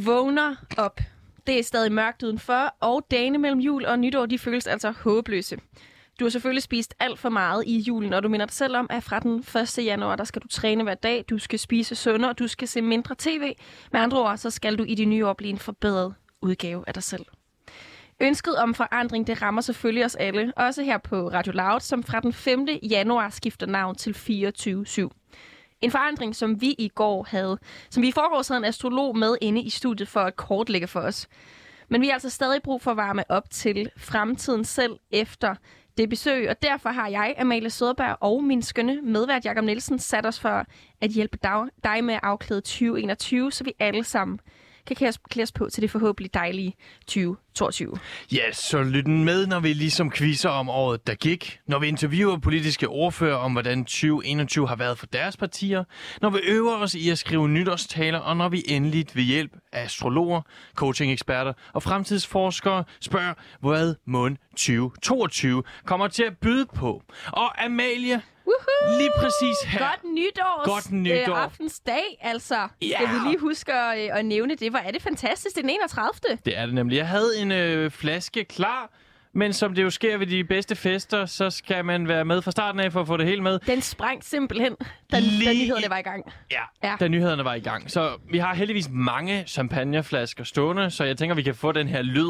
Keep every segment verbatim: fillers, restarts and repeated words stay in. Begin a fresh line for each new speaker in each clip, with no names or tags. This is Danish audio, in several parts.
vågner op. Det er stadig mørkt udenfor, og dagene mellem jul og nytår, de føles altså håbløse. Du har selvfølgelig spist alt for meget i julen, og du minder dig selv om, at fra den første januar, der skal du træne hver dag, du skal spise sundere, og du skal se mindre tv. Med andre ord, så skal du i det nye år blive en forbedret udgave af dig selv. Ønsket om forandring, det rammer selvfølgelig os alle, også her på Radio Loud, som fra den femte januar skifter navn til fireogtyve syv. En forandring, som vi i går havde, som vi i forgårs havde en astrolog med inde i studiet for at kortlægge for os. Men vi har altså stadig brug for at varme op til fremtiden selv efter det besøg, og derfor har jeg, Amalie Søderberg og min skønne medvært Jakob Nielsen sat os for at hjælpe dig med at afklæde tyve enogtyve, så vi alle sammen kan klæde os på til det forhåbentlig dejlige tyve toogtyve.
Ja, så lyt med, når vi ligesom quizzer om året, der gik. Når vi interviewer politiske ordfører om, hvordan tyve enogtyve har været for deres partier. Når vi øver os i at skrive nytårstaler, og når vi endelig ved hjælp af astrologer, coaching-eksperter og fremtidsforskere spørger, hvad måned tyve toogtyve kommer til at byde på. Og Amalie,
Woohoo!
lige præcis her.
Godt nytårs
Godt nytår.
Øh, aftensdag, altså.
Yeah.
Skal vi lige huske at, øh, at nævne det? Hvor er det fantastisk. Det er den enogtredivte
Det er det nemlig. Jeg havde en øh, flaske klar, men som det jo sker ved de bedste fester, så skal man være med fra starten af for at få det hele med.
Den sprang simpelthen, da,
Lige...
da nyhederne var i gang.
Ja,
ja,
da nyhederne var i gang. Så vi har heldigvis mange champagneflasker stående, så jeg tænker, vi kan få den her lyd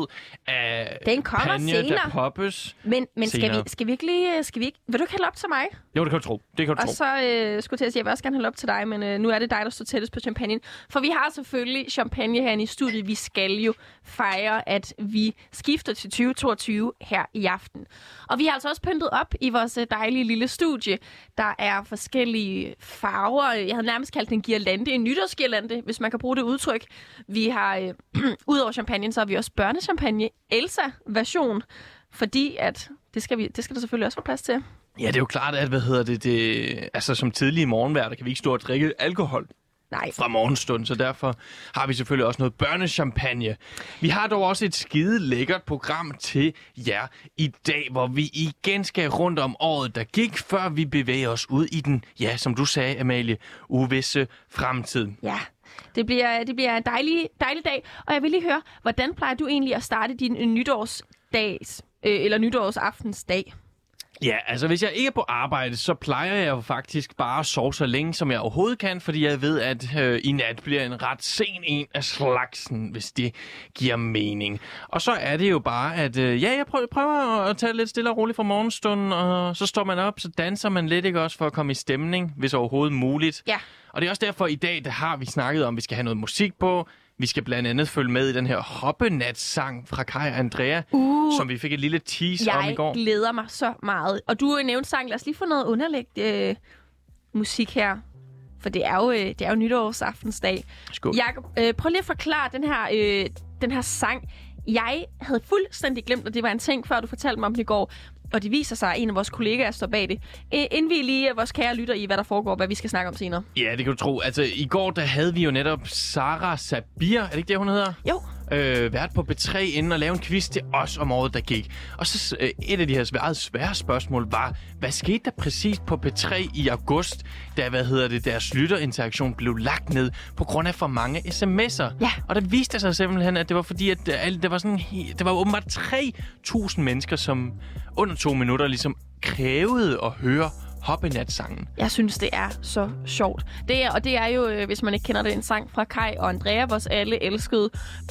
af
den kommer
champagne,
senere.
der poppes.
Men, men skal, vi, skal vi ikke lige... Skal vi ikke, vil du ikke hælde op til mig?
Jo, det kan du tro. Det kan du
og
tro.
så øh, skulle jeg til at sige, at jeg vil også gerne hælde op til dig, men øh, nu er det dig, der står tættest på champagne. For vi har selvfølgelig champagne herinde i studiet. Vi skal jo fejre, at vi skifter til tyve toogtyve her i aften. Og vi har altså også pyntet op i vores dejlige lille studie. Der er forskellige farver. Jeg havde nærmest kaldt den girlande, en nytårsgirlande, hvis man kan bruge det udtryk. Vi har, øh, udover champagne, så har vi også børnechampagne, Elsa-version, fordi at det skal, vi, det skal der selvfølgelig også få plads til.
Ja, det er jo klart, at hvad hedder det, det altså som tidlige morgenværter kan vi ikke stå og drikke alkohol.
Nej.
Fra morgenstund, så derfor har vi selvfølgelig også noget børnechampagne. Vi har dog også et skide lækkert program til jer i dag, hvor vi igen skal rundt om året, der gik, før vi bevæger os ud i den, ja, som du sagde, Amalie, uvisse fremtid.
Ja, det bliver, det bliver en dejlig, dejlig dag, og jeg vil lige høre, hvordan plejer du egentlig at starte din nytårsdags, øh, eller nytårsaftensdag?
Ja, altså hvis jeg ikke er på arbejde, så plejer jeg jo faktisk bare at sove så længe, som jeg overhovedet kan, fordi jeg ved, at øh, i nat bliver en ret sen en af slagsen, hvis det giver mening. Og så er det jo bare, at øh, ja, jeg prøver, prøver at tage lidt stille og roligt fra morgenstunden, og så står man op, så danser man lidt, ikke også, for at komme i stemning, hvis overhovedet muligt.
Ja.
Og det er også derfor i dag, der har vi snakket om, at vi skal have noget musik på. Vi skal blandt andet følge med i den her hoppenat-sang fra Kai og Andrea, uh, som vi fik et lille tease om i går.
Jeg glæder mig så meget. Og du nævnte sang. Lad os lige få noget underlægt øh, musik her. For det er jo, øh, det er jo nytårsaftensdag.
Skål.
Jakob, øh, prøv lige at forklare den her, øh, den her sang. Jeg havde fuldstændig glemt, at det var en ting, før du fortalte mig om det i går. Og det viser sig, at en af vores kollegaer står bag det. Inden vi lige vores kære lytter i, hvad der foregår, hvad vi skal snakke om senere.
Ja, det kan du tro. Altså, i går, der havde vi jo netop Sara Sabir, er det ikke det, hun hedder?
Jo.
Øh, været på B tre inden og lave en quiz til os om året, der gik. Og så øh, et af de her svære, svære spørgsmål var, hvad skete der præcis på B tre i august, da, hvad hedder det, deres lytterinteraktion blev lagt ned på grund af for mange sms'er.
Ja.
Og der viste sig simpelthen, at det var fordi, at det var sådan, det var åbenbart tre tusind mennesker, som under to minutter ligesom krævede at høre Hoppenat-sangen.
Jeg synes, det er så sjovt. Det er, og det er jo, hvis man ikke kender det, en sang fra Kai og Andrea, vores alle elskede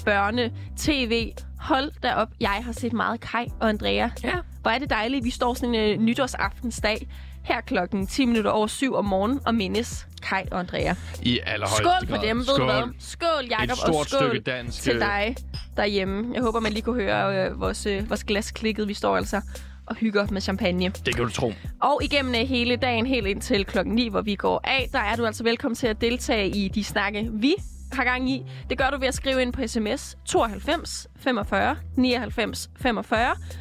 børne-tv. Hold da op, jeg har set meget Kai og Andrea.
Ja.
Hvor er det dejligt, vi står sådan en uh, nytårsaftensdag her klokken ti minutter over syv om morgenen og mindes Kai og Andrea.
I allerhøjeste
Skål for
grad.
dem, ved
Skål.
du hvad? Skål, Jakob, og skål
dansk
til dig derhjemme. Jeg håber, man lige kunne høre uh, vores, uh, vores glas klikket. Vi står altså og hygger med champagne. Det
kan du tro.
Og igennem hele dagen, helt indtil klokken ni, hvor vi går af, der er du altså velkommen til at deltage i de snakke, vi har gang i. Det gør du ved at skrive ind på sms tooghalvfems femogfyrre nioghalvfems femogfyrre.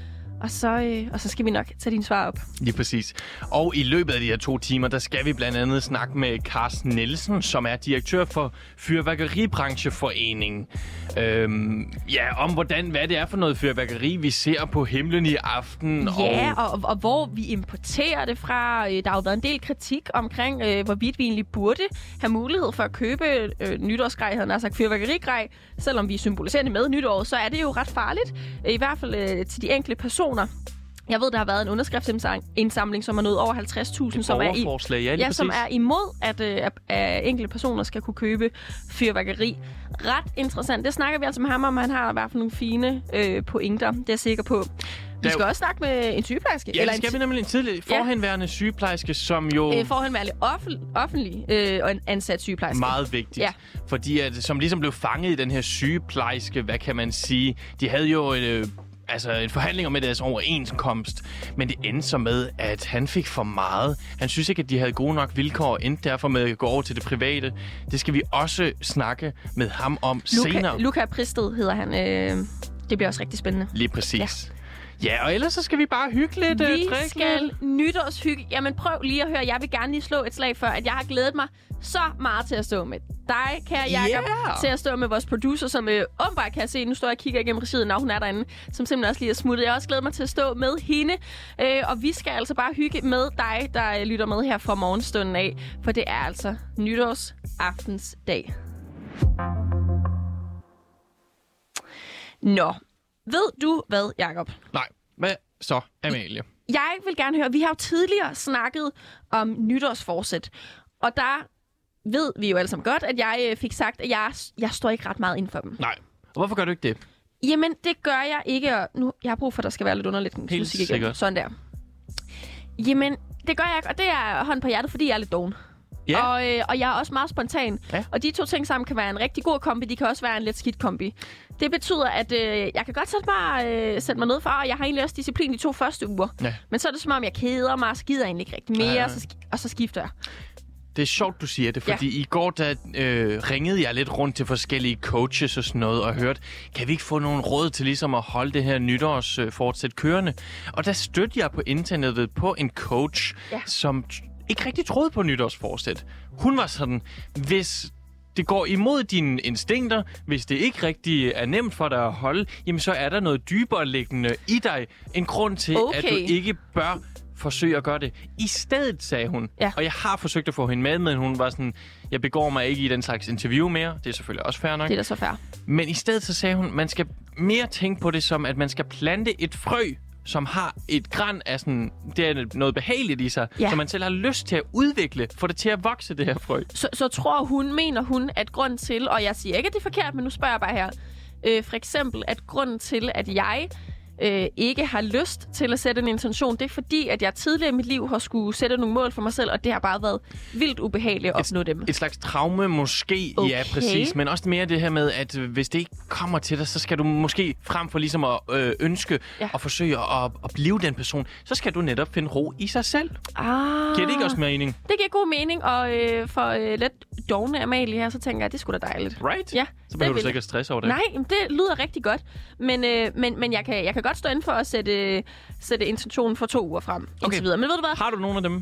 og så, øh, og så skal vi nok tage dine svar op.
Lige præcis. Og i løbet af de her to timer, der skal vi blandt andet snakke med Carsten Nielsen, som er direktør for Fyrværkeribrancheforeningen. Øhm, ja, om hvordan, hvad det er for noget fyrværkeri, vi ser på himlen i aften.
Ja,
og,
og, og hvor vi importerer det fra. Der har jo været en del kritik omkring, øh, hvorvidt vi egentlig burde have mulighed for at købe øh, nytårsgrej, havde han sagt fyrværkerigrej. Selvom vi symboliserer det med nytår, så er det jo ret farligt. I hvert fald øh, til de enkelte personer. Jeg ved, der har været en underskriftsindsamling, som er nået over halvtreds tusind, som er i,
ja,
ja, som er imod, at, øh, at enkelte personer skal kunne købe fyrværkeri. Ret interessant. Det snakker vi altså med ham om. Han har i hvert fald nogle fine øh, pointer, det er jeg sikker på. Vi skal jo også snakke med en sygeplejerske.
Ja, eller det skal en vi nemlig en tidlig forhenværende ja. sygeplejerske, som jo...
Øh, forhenværende offentlig, offentlig øh, og en ansat sygeplejerske.
Meget vigtigt.
Ja.
Fordi at, som ligesom blev fanget i den her sygeplejerske, hvad kan man sige? De havde jo et... Øh, altså en forhandling med deres overenskomst, men det endte så med, at han fik for meget. Han synes ikke, at de havde gode nok vilkår, og endte derfor med at gå over til det private. Det skal vi også snakke med ham om
Luca,
senere.
Luca Pristed hedder han. Øh, det bliver også rigtig spændende.
Lige præcis. Ja. Ja, og ellers så skal vi bare hygge lidt.
Vi
drikke
skal
lidt.
nytårshygge. Jamen prøv lige at høre. Jeg vil gerne lige slå et slag for, at jeg har glædet mig så meget til at stå med dig, kære Jacob,
Yeah.
til at stå med vores producer, som øh, åbenbart kan jeg se. Nu står jeg og kigger igennem regiet, når hun er derinde, som simpelthen også lige er smuttet. Jeg har også glædet mig til at stå med hende. Øh, og vi skal altså bare hygge med dig, der øh, lytter med her fra morgenstunden af. For det er altså nytårsaftensdag. Nå. Ved du hvad, Jacob?
Nej, hvad så, Amalie?
Jeg vil gerne høre, vi har jo tidligere snakket om nytårsforsæt, og der ved vi jo alle sammen godt, at jeg fik sagt, at jeg, jeg står ikke ret meget inden for dem.
Nej. Og hvorfor gør du ikke det?
Jamen, det gør jeg ikke, og nu jeg har brug for, at der skal være lidt underligt musik igen.
Sikkert.
Sådan der. Jamen, det gør jeg ikke, og det er hånd på hjertet, fordi jeg er lidt doven.
Ja.
Og, øh, og jeg er også meget spontan.
Ja.
Og de to ting sammen kan være en rigtig god kombi. De kan også være en lidt skidt kombi. Det betyder, at øh, jeg kan godt sætte mig, øh, sætte mig ned for, og jeg har egentlig også disciplin de to første uger.
Ja.
Men så er det som om, jeg keder mig, og så gider jeg egentlig ikke rigtig mere, ja, ja. Og, så, og så skifter jeg.
Det er sjovt, du siger det, fordi ja. i går der øh, ringede jeg lidt rundt til forskellige coaches og sådan noget, og hørte, kan vi ikke få nogle råd til ligesom at holde det her nytårsfortsæt øh, kørende? Og der stødte jeg på internettet på en coach, ja. som ikke rigtig troede på nytårsforsæt. Hun var sådan, hvis det går imod dine instinkter, hvis det ikke rigtig er nemt for dig at holde, jamen så er der noget dybere liggende i dig. En grund til, okay. at du ikke bør forsøge at gøre det. I stedet, sagde hun, ja. og jeg har forsøgt at få hende med, men hun var sådan, jeg begår mig ikke i den slags interview mere. Det er selvfølgelig også fair nok.
Det er da så fair.
Men i stedet så sagde hun, man skal mere tænke på det som, at man skal plante et frø, som har et gran af sådan, det er noget behageligt i sig, ja. som man selv har lyst til at udvikle, få det til at vokse, det her frø.
Så, så tror hun, mener hun, at grund til, og jeg siger ikke, at det er forkert, men nu spørger jeg bare her, øh, for eksempel, at grunden til, at jeg øh, ikke har lyst til at sætte en intention, det er fordi, at jeg tidligere i mit liv har skulle sætte nogle mål for mig selv, og det har bare været vildt ubehageligt at opnå
et,
dem.
Et slags traume måske, okay. ja præcis, men også mere det her med, at hvis det ikke kommer til dig, så skal du måske frem for ligesom at øh, ønske ja. og forsøge at, at blive den person, så skal du netop finde ro i sig selv.
Ah,
giver det ikke også mening?
Det giver god mening, og øh, for øh, lidt dogne Amalie her, så tænker jeg, at det skulle da dejligt.
Right?
Ja,
så behøver du sikkert ikke stress over det.
Nej, det lyder rigtig godt, men, øh, men, men jeg, kan, jeg kan godt stå inden for at sætte, sætte intentionen for to uger frem.
Okay.
Videre. Men ved du hvad?
Har du nogle af dem?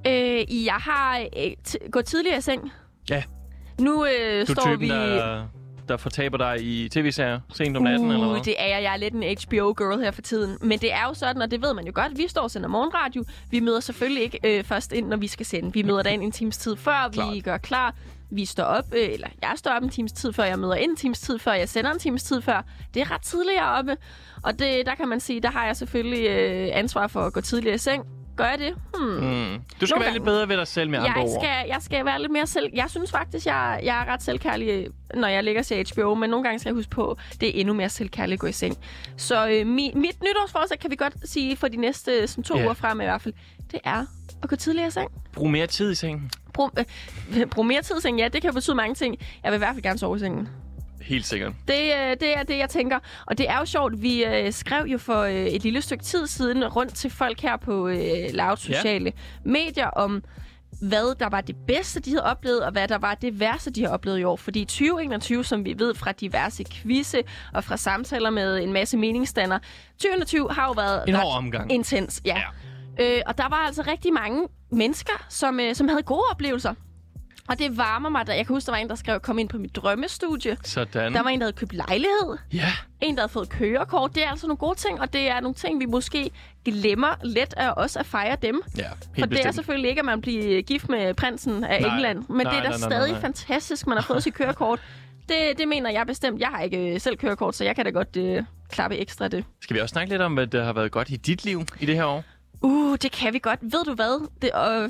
Øh, jeg har øh, t- gået tidligere i seng.
Ja.
Nu øh,
du
står
typen,
vi...
Der, der fortaber dig i tv-serier sent om natten,
uh,
eller hvad?
det er jeg. Jeg er lidt en H B O-girl her for tiden. Men det er jo sådan, og det ved man jo godt. Vi står og sender morgenradio. Vi møder selvfølgelig ikke øh, først ind, når vi skal sende. Vi møder derinde en times tid før. Klart. Vi gør klar. Vi står op, øh, eller jeg står op en times tid før. Jeg møder ind en times tid før. Jeg sender en times tid før. Det er ret tidligt heroppe. Og det, der kan man sige, der har jeg selvfølgelig øh, ansvar for at gå tidligere i seng. Gør jeg det? Hmm.
Mm. Du skal
Nogle
være
gange.
lidt bedre ved dig selv med andre
jeg
ord.
skal, jeg skal være lidt mere selv... Jeg synes faktisk, jeg, jeg er ret selvkærlig, når jeg ligger og ser H B O, men nogle gange skal jeg huske på, det er endnu mere selvkærligt at gå i seng. Så øh, mi, mit nytårsforsæt kan vi godt sige for de næste sådan, to yeah. uger frem i hvert fald, det er at gå tidligere i seng.
Brug mere tid i sengen.
Brug, øh, brug mere tid i sengen, ja, det kan betyde mange ting. Jeg vil i hvert fald gerne sove i sengen.
Helt sikkert.
Det, det er det, jeg tænker. Og det er jo sjovt. Vi øh, skrev jo for øh, et lille stykke tid siden rundt til folk her på øh, Loud sociale yeah. medier om hvad der var det bedste, de havde oplevet, og hvad der var det værste, de har oplevet i år. Fordi tyve enogtyve, som vi ved fra diverse quizze og fra samtaler med en masse meningsstander, tyve enogtyve har jo været
en
ret
hård omgang.
intens. Ja. Ja. Øh, og der var altså rigtig mange mennesker, som, øh, som havde gode oplevelser. Og det varmer mig, da jeg kan huske, der var en, der skrev, kom ind på mit drømmestudie.
Sådan.
Der var en, der havde købt lejlighed.
Ja.
En, der havde fået kørekort. Det er altså nogle gode ting, og det er nogle ting, vi måske glemmer let af os at fejre dem.
Ja,
For
helt
det er
bestemt.
selvfølgelig ikke, at man bliver gift med prinsen af
Nej.
England. Men
Nej,
det er da
nej, nej,
stadig
nej.
fantastisk, man har fået sit kørekort. Det, det mener jeg bestemt. Jeg har ikke øh, selv kørekort, så jeg kan da godt øh, klappe ekstra det.
Skal vi også snakke lidt om, hvad der har været godt i dit liv i det her år?
Uh, det kan vi godt. Ved du hvad? Det, øh,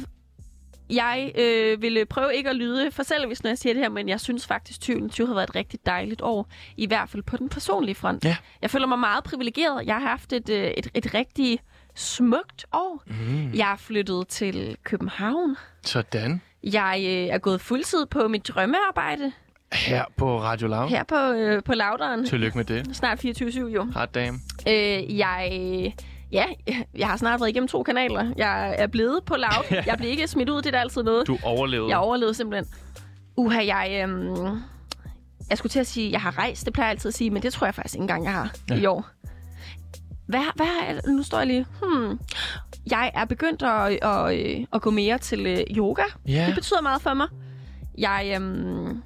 jeg øh, ville prøve ikke at lyde for selv, hvis når jeg siger det her, men jeg synes faktisk, tyve tyve har været et rigtig dejligt år. I hvert fald på den personlige front.
Ja.
Jeg føler mig meget privilegeret. Jeg har haft et, øh, et, et rigtig smukt år.
Mm.
Jeg er flyttet til København.
Sådan.
Jeg øh, er gået fuldtid på mit drømmearbejde
Her på Radio Loud.
her på, øh, på Lauderen.
Tillykke med det.
Snart fireogtyve syv jo.
Hard damn.
Øh, jeg... Ja, jeg har snart været igennem to kanaler. Jeg er blevet på Loud. Jeg blev ikke smidt ud, det er da altid noget.
Du overlevede.
Jeg overlevede simpelthen. Uha, jeg... Øhm, jeg skulle til at sige, jeg har rejst. Det plejer jeg altid at sige, men det tror jeg faktisk ikke engang, jeg har ja. i år. Hvad, hvad er, nu står jeg lige... Hmm. Jeg er begyndt at, at, at, at gå mere til øh, yoga.
Ja.
Det betyder meget for mig. Jeg, øhm,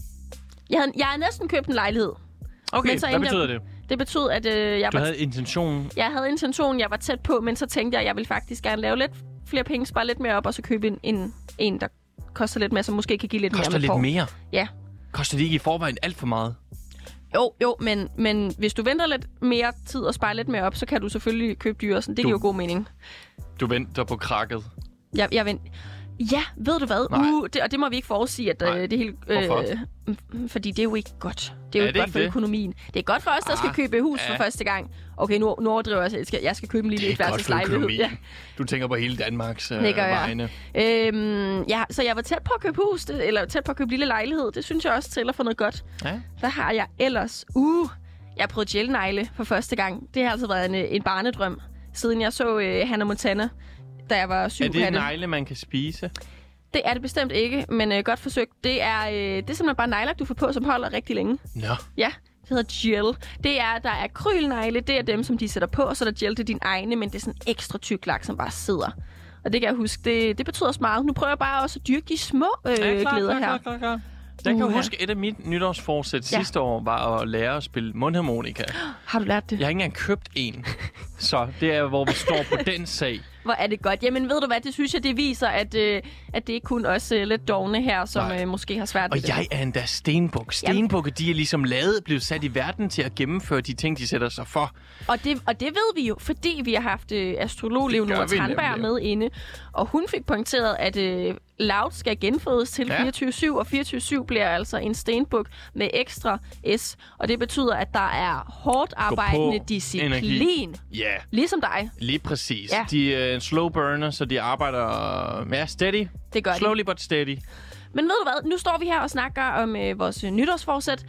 jeg, havde, jeg har næsten købt en lejlighed.
Okay,
Men så
hvad
endte
betyder
jeg,
det?
Det betød, at øh, jeg
Du
var...
havde intentionen.
Jeg havde intention, jeg var tæt på, men så tænkte jeg, at jeg ville faktisk gerne lave lidt flere penge, spare lidt mere op, og så købe en, en, en der koster lidt mere, som måske kan give lidt
Koster
mere.
lidt
på.
mere?
Ja.
Koster det ikke i forvejen alt for meget?
Jo, jo, men, men hvis du venter lidt mere tid og sparer lidt mere op, så kan du selvfølgelig købe dyre. Det
Du-
giver jo god mening.
Du venter på krakket.
Jeg, jeg vent... Ja, ved du hvad?
Nej.
Uh, det, og det må vi ikke forudsige, at øh, det er helt...
Hvorfor?
Øh, fordi det er jo ikke godt. Det er jo
Er
ikke
det
godt
ikke
for
det?
økonomien. Det er godt for os, der
Ah,
skal købe hus
ja.
for første gang. Okay, nu, nu overdriver jeg. Jeg skal, jeg skal købe en lille
Det er godt
etværelses
for
lejlighed.
økonomien.
Ja.
Du tænker på hele Danmarks øh,
Det gør jeg.
vegne.
Øhm, ja, så jeg var tæt på at købe hus, det, eller tæt på at købe lille lejlighed. Det synes jeg også tæller for noget godt.
Ja.
Hvad har jeg ellers? Uh, jeg har prøvet gelnegle for første gang. Det har altså været en, en barnedrøm, siden jeg så uh, Hannah Montana, da jeg var syv.
Er det en
Hanne.
negle, man kan spise?
Det er det bestemt ikke, men uh, godt forsøgt. Det er, uh, det er simpelthen bare neglelak, du får på, som holder rigtig længe.
Nå.
Ja, det hedder gel. Det er, der er akrylnegle, det er dem, som de sætter på, og så er der gel til din egne, men det er sådan ekstra tyk lak, som bare sidder. Og det kan jeg huske, det, det betyder også meget. Nu prøver jeg bare også at dyrke de små øh,
Ja, klar,
glæder
klar,
her.
klar, klar, klar. Jeg kan
Uha.
huske, et af mit nytårsforsæt
Ja.
sidste år var at lære at spille mundharmonika.
Har du lært det?
Jeg har ikke engang købt en. Så det er, hvor vi står på den sag.
Hvor er det godt. Jamen ved du hvad, det synes jeg, det viser, at, øh, at det ikke kun os øh, lidt dogne her, som øh, måske har svært ved
Og
det.
jeg er endda stenbuk. Stenbukke, de er ligesom lavet, blevet sat i verden til at gennemføre de ting, de sætter sig for.
Og det, og det ved vi jo, fordi vi har haft øh, astrolog
Det gør
Leonora
vi
Tranberg
nemlig.
med inde. Og hun fik pointeret, at øh, Loud skal genfødes til
Ja.
fireogtyve syv, og fireogtyve syv bliver altså en stenbuk med ekstra S. Og det betyder, at der er hårdt arbejdende disciplin.
energi. Ja,
Ligesom dig.
lige præcis.
Ja.
De er en slow burner, så de arbejder ja, steady.
Det gør de.
Slowly but steady.
Men ved du hvad, nu står vi her og snakker om øh, vores øh, nytårsforsæt.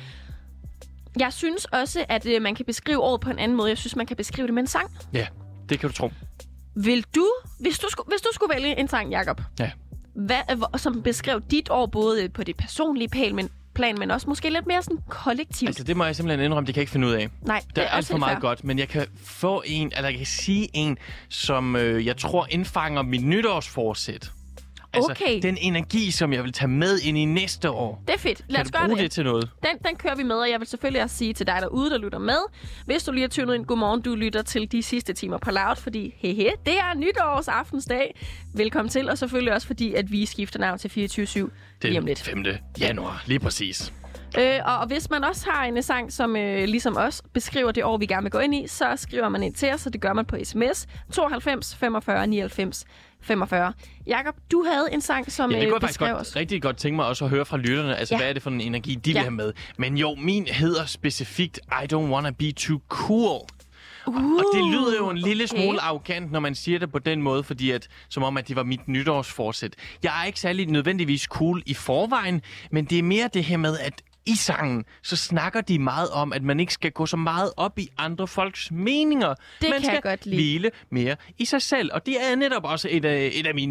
Jeg synes også, at øh, man kan beskrive året på en anden måde. Jeg synes, man kan beskrive det med en sang.
Ja, det kan du tro.
Vil du, hvis du, skulle, hvis du skulle vælge en sang, Jakob,
Ja.
hvad, øh, hvor- som beskrev dit år både på det personlige plan, men, plan, men også måske lidt mere sådan kollektivt?
Altså, det må jeg simpelthen indrømme, det kan jeg ikke finde ud af.
Nej,
Der er alt
også
for
helt
meget
fair.
godt, men jeg kan få en, eller jeg kan sige en, som øh, jeg tror indfanger mit nytårsforsæt. Altså,
Okay.
den energi, som jeg vil tage med ind i næste år.
Det er fedt. Lad
Kan
os
du
gøre
bruge
det.
det til noget?
Den, den kører vi med, og jeg vil selvfølgelig også sige til dig derude, der lytter med. Hvis du lige har tunet ind, godmorgen, du lytter til de sidste timer på Loud, fordi hehe, det er nytårsaftensdag. Velkommen til, og selvfølgelig også fordi, at vi skifter navn til fireogtyve syv lige om
Den
lidt.
femte januar, lige præcis.
Øh, og, og hvis man også har en sang, som øh, ligesom os beskriver det år, vi gerne vil gå ind i, så skriver man ind til os, og det gør man på sms tooghalvfems femogfyrre nioghalvfems femogfyrre. Jakob, du havde en sang, som
Ja, det
øh,
kunne jeg faktisk
beskrev
godt,
os.
rigtig godt tænke mig også at høre fra lytterne. Altså,
Ja.
hvad er det for en energi, de
Ja.
vil have med? Men jo, min hedder specifikt I Don't Wanna Be Too Cool.
Uh,
Og det lyder jo en lille
okay.
smule arrogant, når man siger det på den måde, fordi at, som om, at det var mit nytårsforsæt. Jeg er ikke særlig nødvendigvis cool i forvejen, men det er mere det her med, at i sangen, så snakker de meget om, at man ikke skal gå så meget op i andre folks meninger.
Det
man
kan
skal
jeg godt lide.
hvile mere i sig selv. Og det er netop også et af, et af mine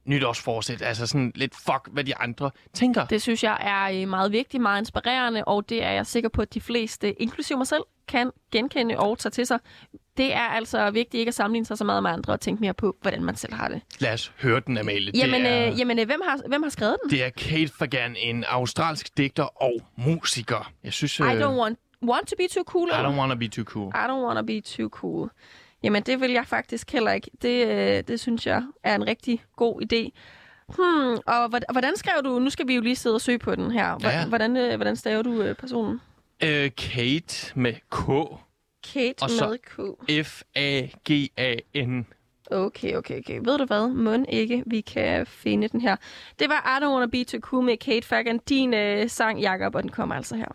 nytårsforsæt. Altså sådan lidt fuck, hvad de andre tænker.
Det synes jeg er meget vigtigt, meget inspirerende, og det er jeg sikker på, at de fleste, inklusive mig selv, kan genkende og tage til sig. Det er altså vigtigt ikke at sammenligne sig så meget med andre og tænke mere på, hvordan man selv har det.
Lad os høre den, Amalie.
Jamen,
det er,
øh, jamen hvem, har, hvem har skrevet den?
Det er Kate Fagan, en australsk digter og musiker. Jeg synes,
I don't want, want to be too cool.
I don't want to be too cool.
I don't want to be too cool. Jamen, det vil jeg faktisk heller ikke. Det, øh, det synes jeg er en rigtig god idé. Hmm, og hvordan skrev du? Nu skal vi jo lige sidde og søge på den her.
Ja.
Hvordan, øh, hvordan staver du øh, personen?
Øh, Kate med K.
Kate
og
med K.
F A G A N.
Okay, okay, okay. Ved du hvad? Må ikke, vi kan finde den her. Det var I Don't Wanna Be Too Cool med Kate Fagan. Din øh, sang, Jacob, og den kommer altså her.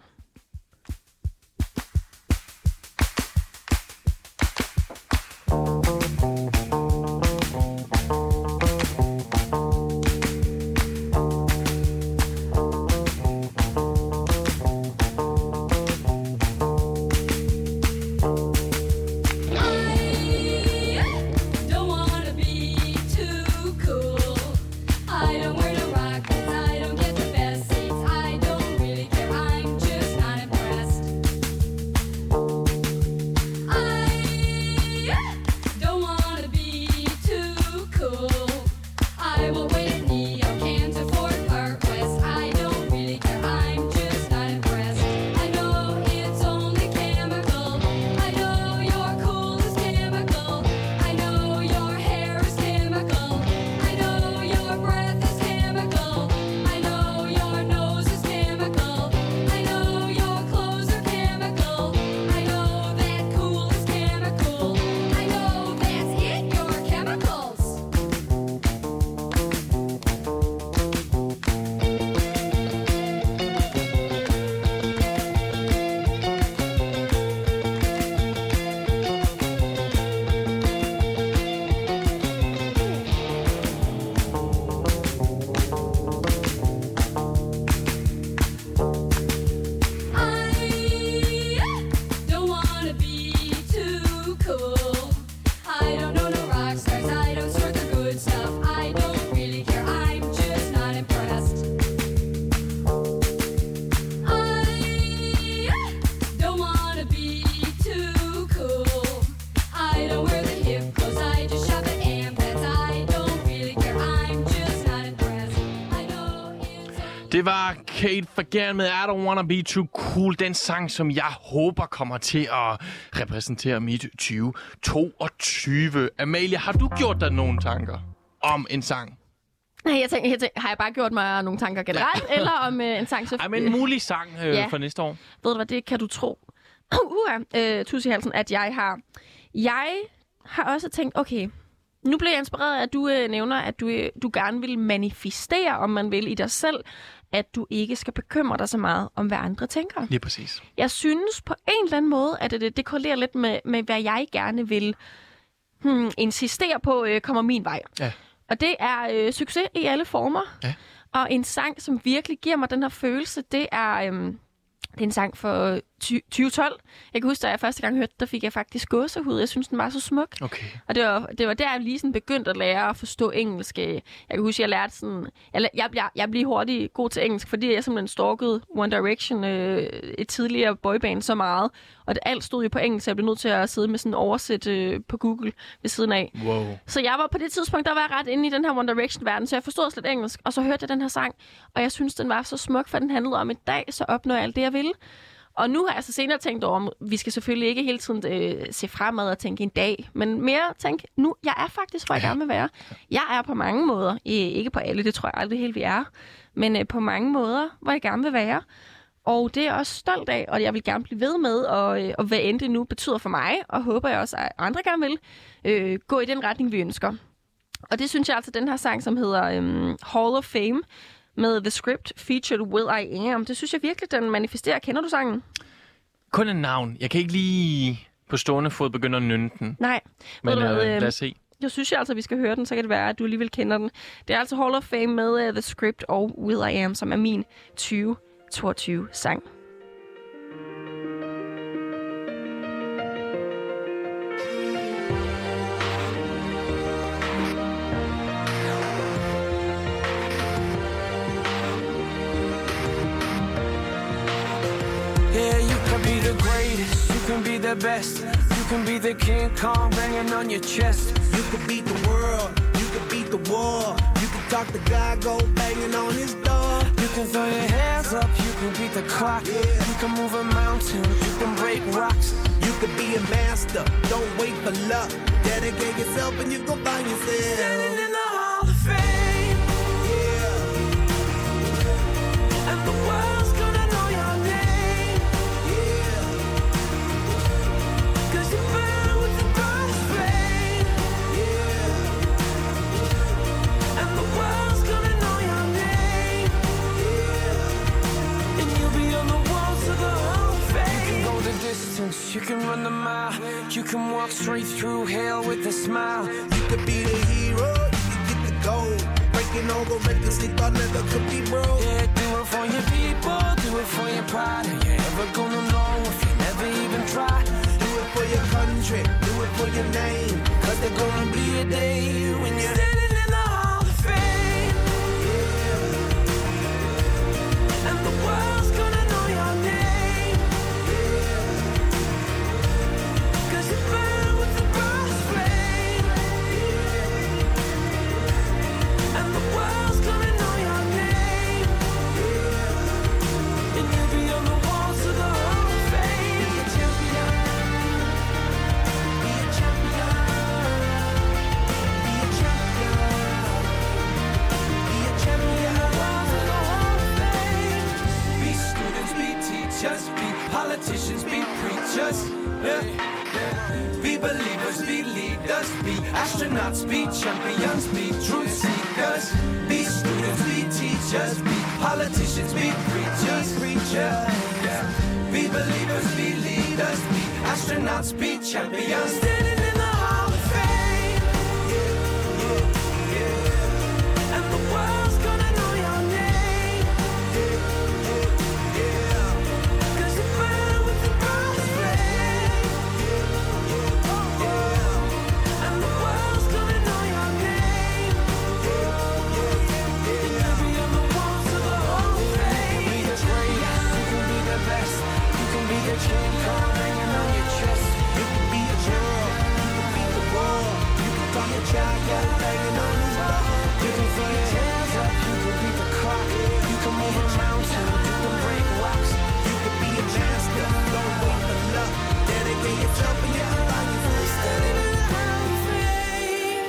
Det var Kate Fagan med I Don't Wanna Be Too Cool. Den sang, som jeg håber kommer til at repræsentere mit tyve toogtyve. Amalie, har du gjort dig nogle tanker om en sang?
Nej, jeg tænker, jeg tænker, har jeg bare gjort mig nogle tanker generelt, ja. eller om øh, en sang? Så...
Ej, men en mulig sang øh, ja. for næste år.
Ved du hvad, det kan du tro. Uh, uh, Tussi Halsen, at jeg har. Jeg har også tænkt, okay, nu bliver jeg inspireret af, at du øh, nævner, at du, øh, du gerne vil manifestere, om man vil, i dig selv, at du ikke skal bekymre dig så meget om, hvad andre tænker.
Lige præcis.
Jeg synes på en eller anden måde, at det, det korrelerer lidt med, med, hvad jeg gerne vil hmm, insistere på, øh, kommer min vej. Ja. Og det er øh, succes i alle former. Ja. Og en sang, som virkelig giver mig den her følelse, det er, øh, det er en sang for tyve tolv. Jeg kan huske, da jeg første gang hørte, der fik jeg faktisk gåsehud. Jeg synes, den var så smuk. Okay. Og det var, det var der, jeg lige sådan begyndte at lære at forstå engelsk. Jeg kan huske, jeg lærte sådan... Jeg, jeg, jeg, jeg blev hurtigt god til engelsk, fordi jeg simpelthen stalkede One Direction, øh, et tidligere boyband, så meget. Og det alt stod jo på engelsk, så jeg blev nødt til at sidde med sådan en oversæt øh, på Google ved siden af.
Wow.
Så jeg var på det tidspunkt, der var jeg ret inde i den her One Direction-verden, så jeg forstod slet engelsk. Og så hørte jeg den her sang, og jeg synes, den var så smuk, for den handlede om, et dag, så opnår jeg alt det, jeg ville. Og nu har jeg så senere tænkt over, vi skal selvfølgelig ikke hele tiden øh, se fremad og tænke en dag, men mere tænke, nu, jeg er faktisk, hvor jeg ja. gerne vil være. Jeg er på mange måder, øh, ikke på alle, det tror jeg aldrig helt, vi er, men øh, på mange måder, hvor jeg gerne vil være. Og det er jeg også stolt af, og jeg vil gerne blive ved med, og, øh, og hvad end det nu betyder for mig, og håber jeg også, at andre gerne vil øh, gå i den retning, vi ønsker. Og det synes jeg altså, den her sang, som hedder øh, Hall of Fame, med The Script featured Will I Am. Det synes jeg virkelig, den manifesterer. Kender du sangen?
Kun en navn. Jeg kan ikke lige på stående fod begynde at nynne den.
Nej.
Men øh, lad os se.
Jeg synes jeg altså, vi skal høre den, så kan det være, at du alligevel kender den. Det er altså Hall of Fame med uh, The Script og Will I Am, som er min tyve toogtyve sang.
the best. You can be the King Kong banging on your chest.
You can beat the world, you can beat the war. You can talk to God, go banging on his door.
You can throw your hands up, you can beat the clock.
Yeah.
You can move a mountain, you can break rocks.
You can be a master, don't wait for luck. Dedicate yourself and you gon' find yourself
Standing in the Hall of Fame.
Yeah.
And the world's gonna know your name.
Yeah.
Cause you burn with the brightest flame.
Yeah.
And the world's gonna know your name.
Yeah.
And you'll be on the walls of the Hall of Fame. You can go the distance, you can run the mile. You can walk straight through hell with a smile.
You could be the hero, you can get the gold. Breaking all the records they thought never could be broke.
Yeah, do it for your people, do it for your pride. Are you ever gonna know if you never even try?
Do it for your country, do it for your name.
Cause there's gonna be a day when you're standing in the Hall of Fame.
Yeah.
And the world's gonna know your name. Cause you burn with the brightest flame. And the world's gonna know your name. And you'll be on the walls of the Hall of Fame.
Be a champion. Be a champion. Be a champion. Be a champion.
Walls of the Hall of Fame.
Be students, be teachers, be politicians, be preachers. Yeah. Be believers, be leaders, be astronauts, be champions, be truth seekers. Be students, be teachers, be politicians, be preachers, preachers. Yeah. Be believers, be leaders, be astronauts, be champions.
Standing in the Hall of Fame. And the world's gonna know your name. Cause you burn with the brightest flame. And the world's gonna know your name. And you'll be on the walls of the Hall of Fame. Be the greatest, you can be the best. You can be the King Kong hanging on your chest.
You can be a hero, you can beat the world. You can talk to God, go banging on his door.
You can throw your hands up, you can beat the clock. You can move a mountain, you can break rocks.
You can be a master, don't wait for luck. Dedicate yourself and you can find yourself
Standing in the Hall of Fame.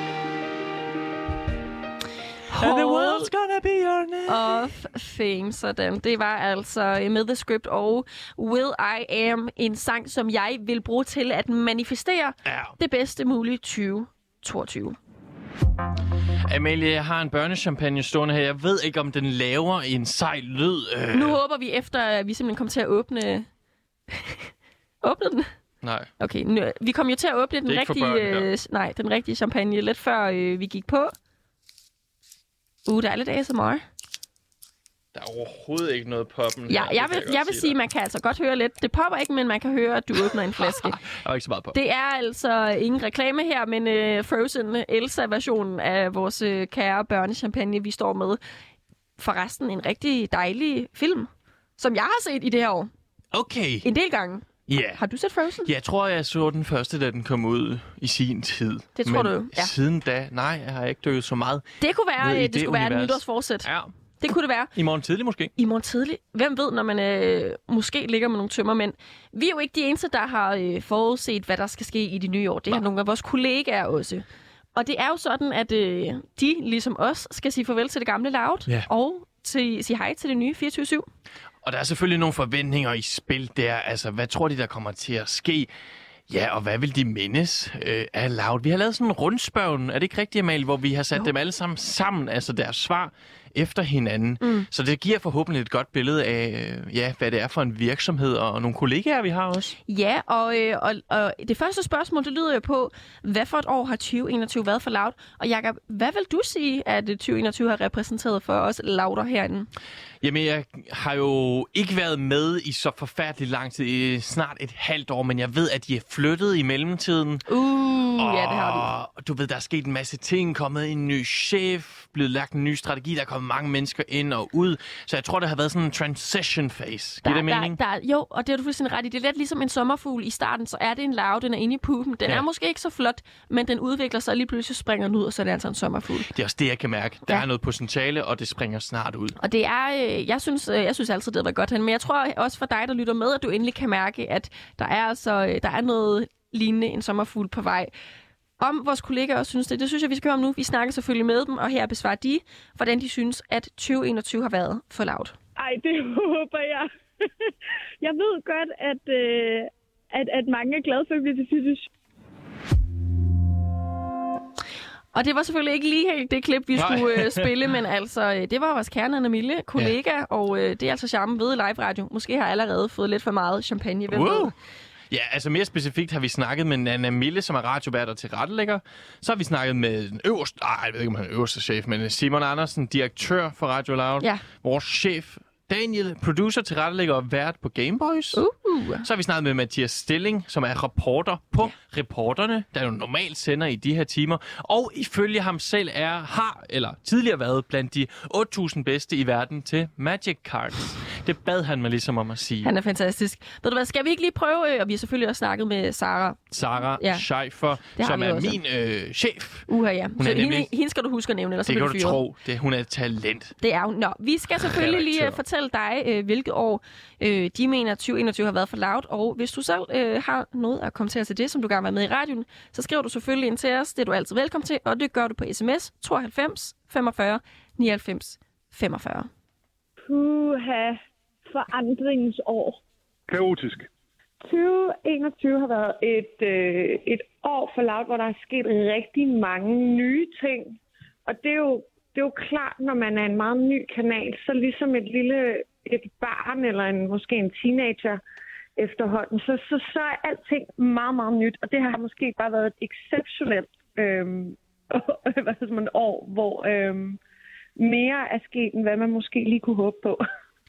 And the world's gonna be your name.
of Fame, sådan. Det var altså med The Script og Will I Am, en sang, som jeg vil bruge til at manifestere
Ja.
det bedste mulige tyve toogtyve.
Amalie, jeg har en børnechampagne stående her. Jeg ved ikke, om den laver en sej lyd. Øh.
Nu håber vi efter, at vi simpelthen kommer til at åbne... åbne den?
Nej.
Okay, nu, vi kom jo til at åbne den
ikke for
rigtige,
børn, ja.
øh, nej, den rigtige champagne lidt før øh, vi gik på. Uh, der er lidt A S M R.
Der er overhovedet ikke noget poppen.
Ja,
her,
jeg
det
vil,
kan
jeg
godt
vil sige, at man kan altså godt høre lidt. Det popper ikke, men man kan høre, at du åbner en flaske.
Der var ikke så meget på.
Det er altså ingen reklame her, men uh, Frozen Elsa-versionen af vores uh, kære børnechampagne, vi står med. Forresten en rigtig dejlig film, som jeg har set i det her år.
Okay.
En del gange.
Ja. Yeah.
Har du set Frozen?
Jeg tror, jeg så den første, da den kom ud i sin tid.
Det tror
Men
du, ja.
siden da, nej, jeg har ikke dykket så meget.
Det kunne være,
Ned i
det, det
det
skulle være et
univers.
nytårsforsæt.
Ja.
Det kunne det være.
I morgen tidlig måske.
I morgen tidlig. Hvem ved, når man øh, måske ligger med nogle tømmermænd. Vi er jo ikke de eneste, der har øh, forudset, hvad der skal ske i det nye år. Det har nogle af vores kollegaer også. Og det er jo sådan, at øh, de, ligesom os, skal sige farvel til det gamle Loud.
Ja.
Og til, sige hej til det nye fireogtyve syv.
Og der er selvfølgelig nogle forventninger i spil der. Altså, hvad tror de, der kommer til at ske? Ja, og hvad vil de mindes øh, af Loud? Vi har lavet sådan en rundspørgen, er det ikke rigtigt, Amalie, hvor vi har sat jo. dem alle sammen sammen, altså deres svar efter hinanden. Mm. Så det giver forhåbentlig et godt billede af, øh, ja, hvad det er for en virksomhed og nogle kollegaer, vi har også.
Ja, og, øh, og, og det første spørgsmål, det lyder jo på, hvad for et år har tyve enogtyve været for Loud? Og Jakob, hvad vil du sige, at tyve enogtyve har repræsenteret for os Louder herinde?
Jamen, jeg har jo ikke været med i så forfærdelig lang tid, i snart et halvt år, men jeg ved, at de er flyttet i mellemtiden.
Uh. ja, det har
Og du ved, der er sket en masse ting, kommet en ny chef, blevet lagt en ny strategi, der er kommet mange mennesker ind og ud. Så jeg tror, det har været sådan en transition phase. Giver det mening?
Der, der, jo, og det har du fuldstændig ret i. Det er lidt ligesom en sommerfugl i starten, så er det en larve, den er inde i puben. Den ja. er måske ikke så flot, men den udvikler sig, og lige pludselig springer den ud, og så er det altså en sommerfugl.
Det er også det, jeg kan mærke. Der ja. er noget potentiale, og det springer snart ud.
Og det er, øh, jeg synes, øh, jeg synes altid, det var godt, men jeg tror også for dig, der lytter med, at du endelig kan mærke, at der er altså, øh, der er noget lignende en sommerfugl på vej. Om vores kollegaer også synes det, det synes jeg, vi skal høre om nu. Vi snakker selvfølgelig med dem, og her besvarer de, hvordan de synes, at tyve enogtyve har været for lavt.
Ej, det håber jeg. Jeg ved godt, at, øh, at, at mange er glade for at blive til sidst.
Og det var selvfølgelig ikke lige helt det klip, vi Nej. skulle øh, spille, men altså, øh, det var vores kerne, Anna Mille, kollega, ja. og øh, det er altså charmen ved live radio. Måske har jeg allerede fået lidt for meget champagne. Hvem
wow.
ved?
Ja, altså mere specifikt har vi snakket med Anna Mille, som er radiovært og tilrettelægger. Så har vi snakket med den øverste, nej, jeg ved ikke, om han er øverste chef, men Simon Andersen, direktør for Radio Loud.
Ja.
Vores chef, Daniel, producer, tilrettelægger og vært på Gameboys.
Uh.
Så har vi snakket med Mathias Stilling, som er reporter på ja. Reporterne, der jo normalt sender i de her timer. Og ifølge ham selv er, har, eller tidligere været, blandt de otte tusind bedste i verden til Magic Cards. Det bad han mig ligesom om at sige.
Han er fantastisk. Ved du hvad, skal vi ikke lige prøve, og vi har selvfølgelig også snakket med Sara.
Sara ja. Scheifer, som er min øh, chef.
Uha, ja.
Hun
så
er
hende,
nemlig,
hende skal du huske at nævne, ellers
det
så
kan
du
du tro. Det, hun er et talent.
Det er hun. Nå, vi skal selvfølgelig lige uh, fortælle dig, uh, hvilket år uh, de mener, at tyve enogtyve har været for lavt. Og hvis du selv uh, har noget at kommentere til det, som du gerne vil med i radioen, så skriver du selvfølgelig ind til os. Det er du altid velkommen til, og det gør du på sms tooghalvfems femogfyrre nioghalvfems femogfyrre.
Puha, forandringens år.
Kaotisk.
tyve enogtyve har været et, øh, et år for lavt, hvor der er sket rigtig mange nye ting. Og det er, jo, det er jo klart, når man er en meget ny kanal, så ligesom et lille et barn eller en, måske en teenager efterhånden, så, så, så er alting meget, meget nyt. Og det har måske bare været et exceptionelt øh, hvad hedder man, år, hvor øh, mere er sket, end hvad man måske lige kunne håbe på.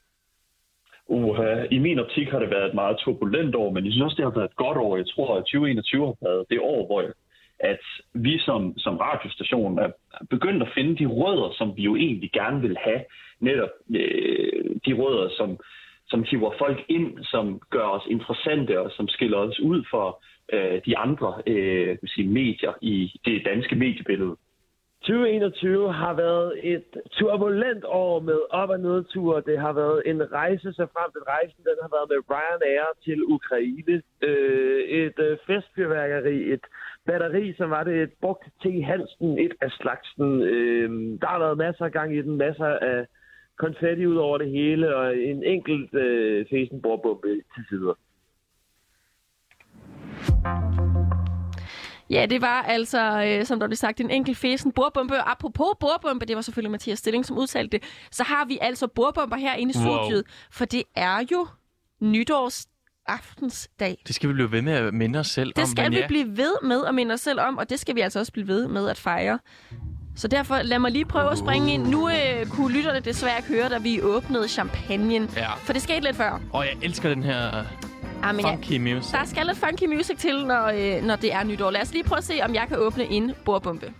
Uh, I min optik har det været et meget turbulent år, men jeg synes også, det har været et godt år. Jeg tror, at tyve enogtyve har været det år, hvor at vi som, som radiostation er begyndt at finde de rødder, som vi jo egentlig gerne vil have. Netop øh, de rødder, som, som hiver folk ind, som gør os interessante og som skiller os ud for øh, de andre øh, kan sige, medier i det danske mediebillede.
tyve enogtyve har været et turbulent år med op- og nedture. Det har været en rejse, så frem til rejsen, den har været med Ryanair til Ukraine. Øh, et øh, festfyrværkeri, et batteri, som var det et brugt T. Hansen, et af slagsen. Øh, der har været masser af gang i den, masser af konfetti ud over det hele, og en enkelt øh, fesenbordbombe til sider.
Ja, det var altså, øh, som der blev sagt, en enkelt fesen bordbombe. Og apropos bordbombe, det var selvfølgelig Mathias Stilling, som udtalte det, så har vi altså bordbomber herinde i studiet. Wow. For det er jo nytårsaftensdag.
Det skal vi blive ved med at minde os selv
det
om.
Det skal vi
ja.
blive ved med at minde os selv om, og det skal vi altså også blive ved med at fejre. Så derfor lad mig lige prøve at springe ind. Nu øh, kunne lytterne desværre ikke høre, da vi åbnede champagnen. Ja. For det skete lidt før.
Og jeg elsker den her... Ah, funky ja, music.
Der skal lidt funky music til, når, øh, når det er nytår. Lad os lige prøve at se, om jeg kan åbne en bordbombe.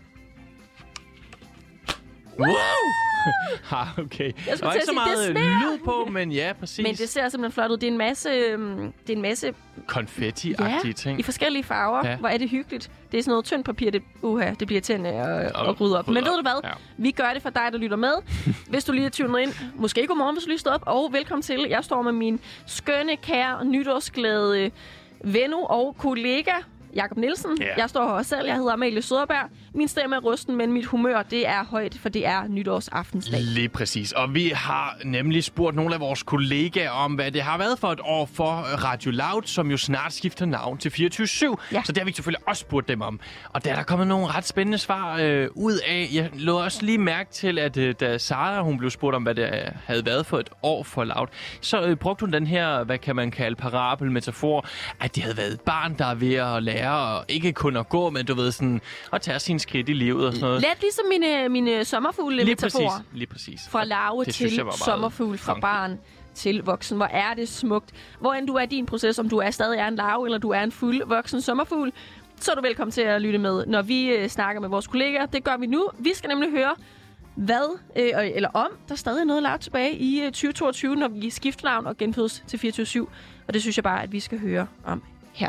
Wow! Ha, okay.
Jeg
der var ikke så meget lyd på, men ja, præcis.
Men det ser simpelthen flot ud. Det er en masse, det er en masse
konfetti-agtige
ja,
ting.
I forskellige farver. Ja. Hvor er det hyggeligt. Det er sådan noget tyndt papir, det, uha, det bliver tændt at, at rydde op. Men ved du hvad? Ja. Vi gør det for dig, der lytter med. Hvis du lige er tunet ind, måske godmorgen, hvis du lige står op. Og velkommen til. Jeg står med min skønne, kære, nytårsglade ven og kollega, Jakob Nielsen. Yeah. Jeg står her også selv. Jeg hedder Amalie Søderberg. Min stemme er rusten, men mit humør, det er højt, for det er nytårsaftensdag.
Lige præcis. Og vi har nemlig spurgt nogle af vores kollegaer om, hvad det har været for et år for Radio Loud, som jo snart skifter navn til fireogtyve syv. Ja. Så det har vi selvfølgelig også spurgt dem om. Og der er der kommet nogle ret spændende svar øh, ud af. Jeg lå også lige mærke til, at øh, da Sara hun blev spurgt om, hvad det havde været for et år for Loud, så øh, brugte hun den her, hvad kan man kalde, parabel-metafor, at det havde været et barn, der er ved at lære og ikke kun at gå, men du ved sådan, at tage sin skridt i livet og sådan noget.
Lidt ligesom mine, mine sommerfugle-metaforer.
Lige præcis, lige præcis.
Fra larve til sommerfugl, fra barn til voksen. Hvor er det smukt. Hvor end du er i din proces, om du er stadig er en larve, eller du er en fuld voksen sommerfugl, så er du velkommen til at lytte med, når vi øh, snakker med vores kollegaer. Det gør vi nu. Vi skal nemlig høre, hvad, øh, eller om, der stadig er noget loud tilbage i øh, tyve toogtyve, når vi skifter navn og genfødes til fireogtyve syv. Og det synes jeg bare, at vi skal høre om her.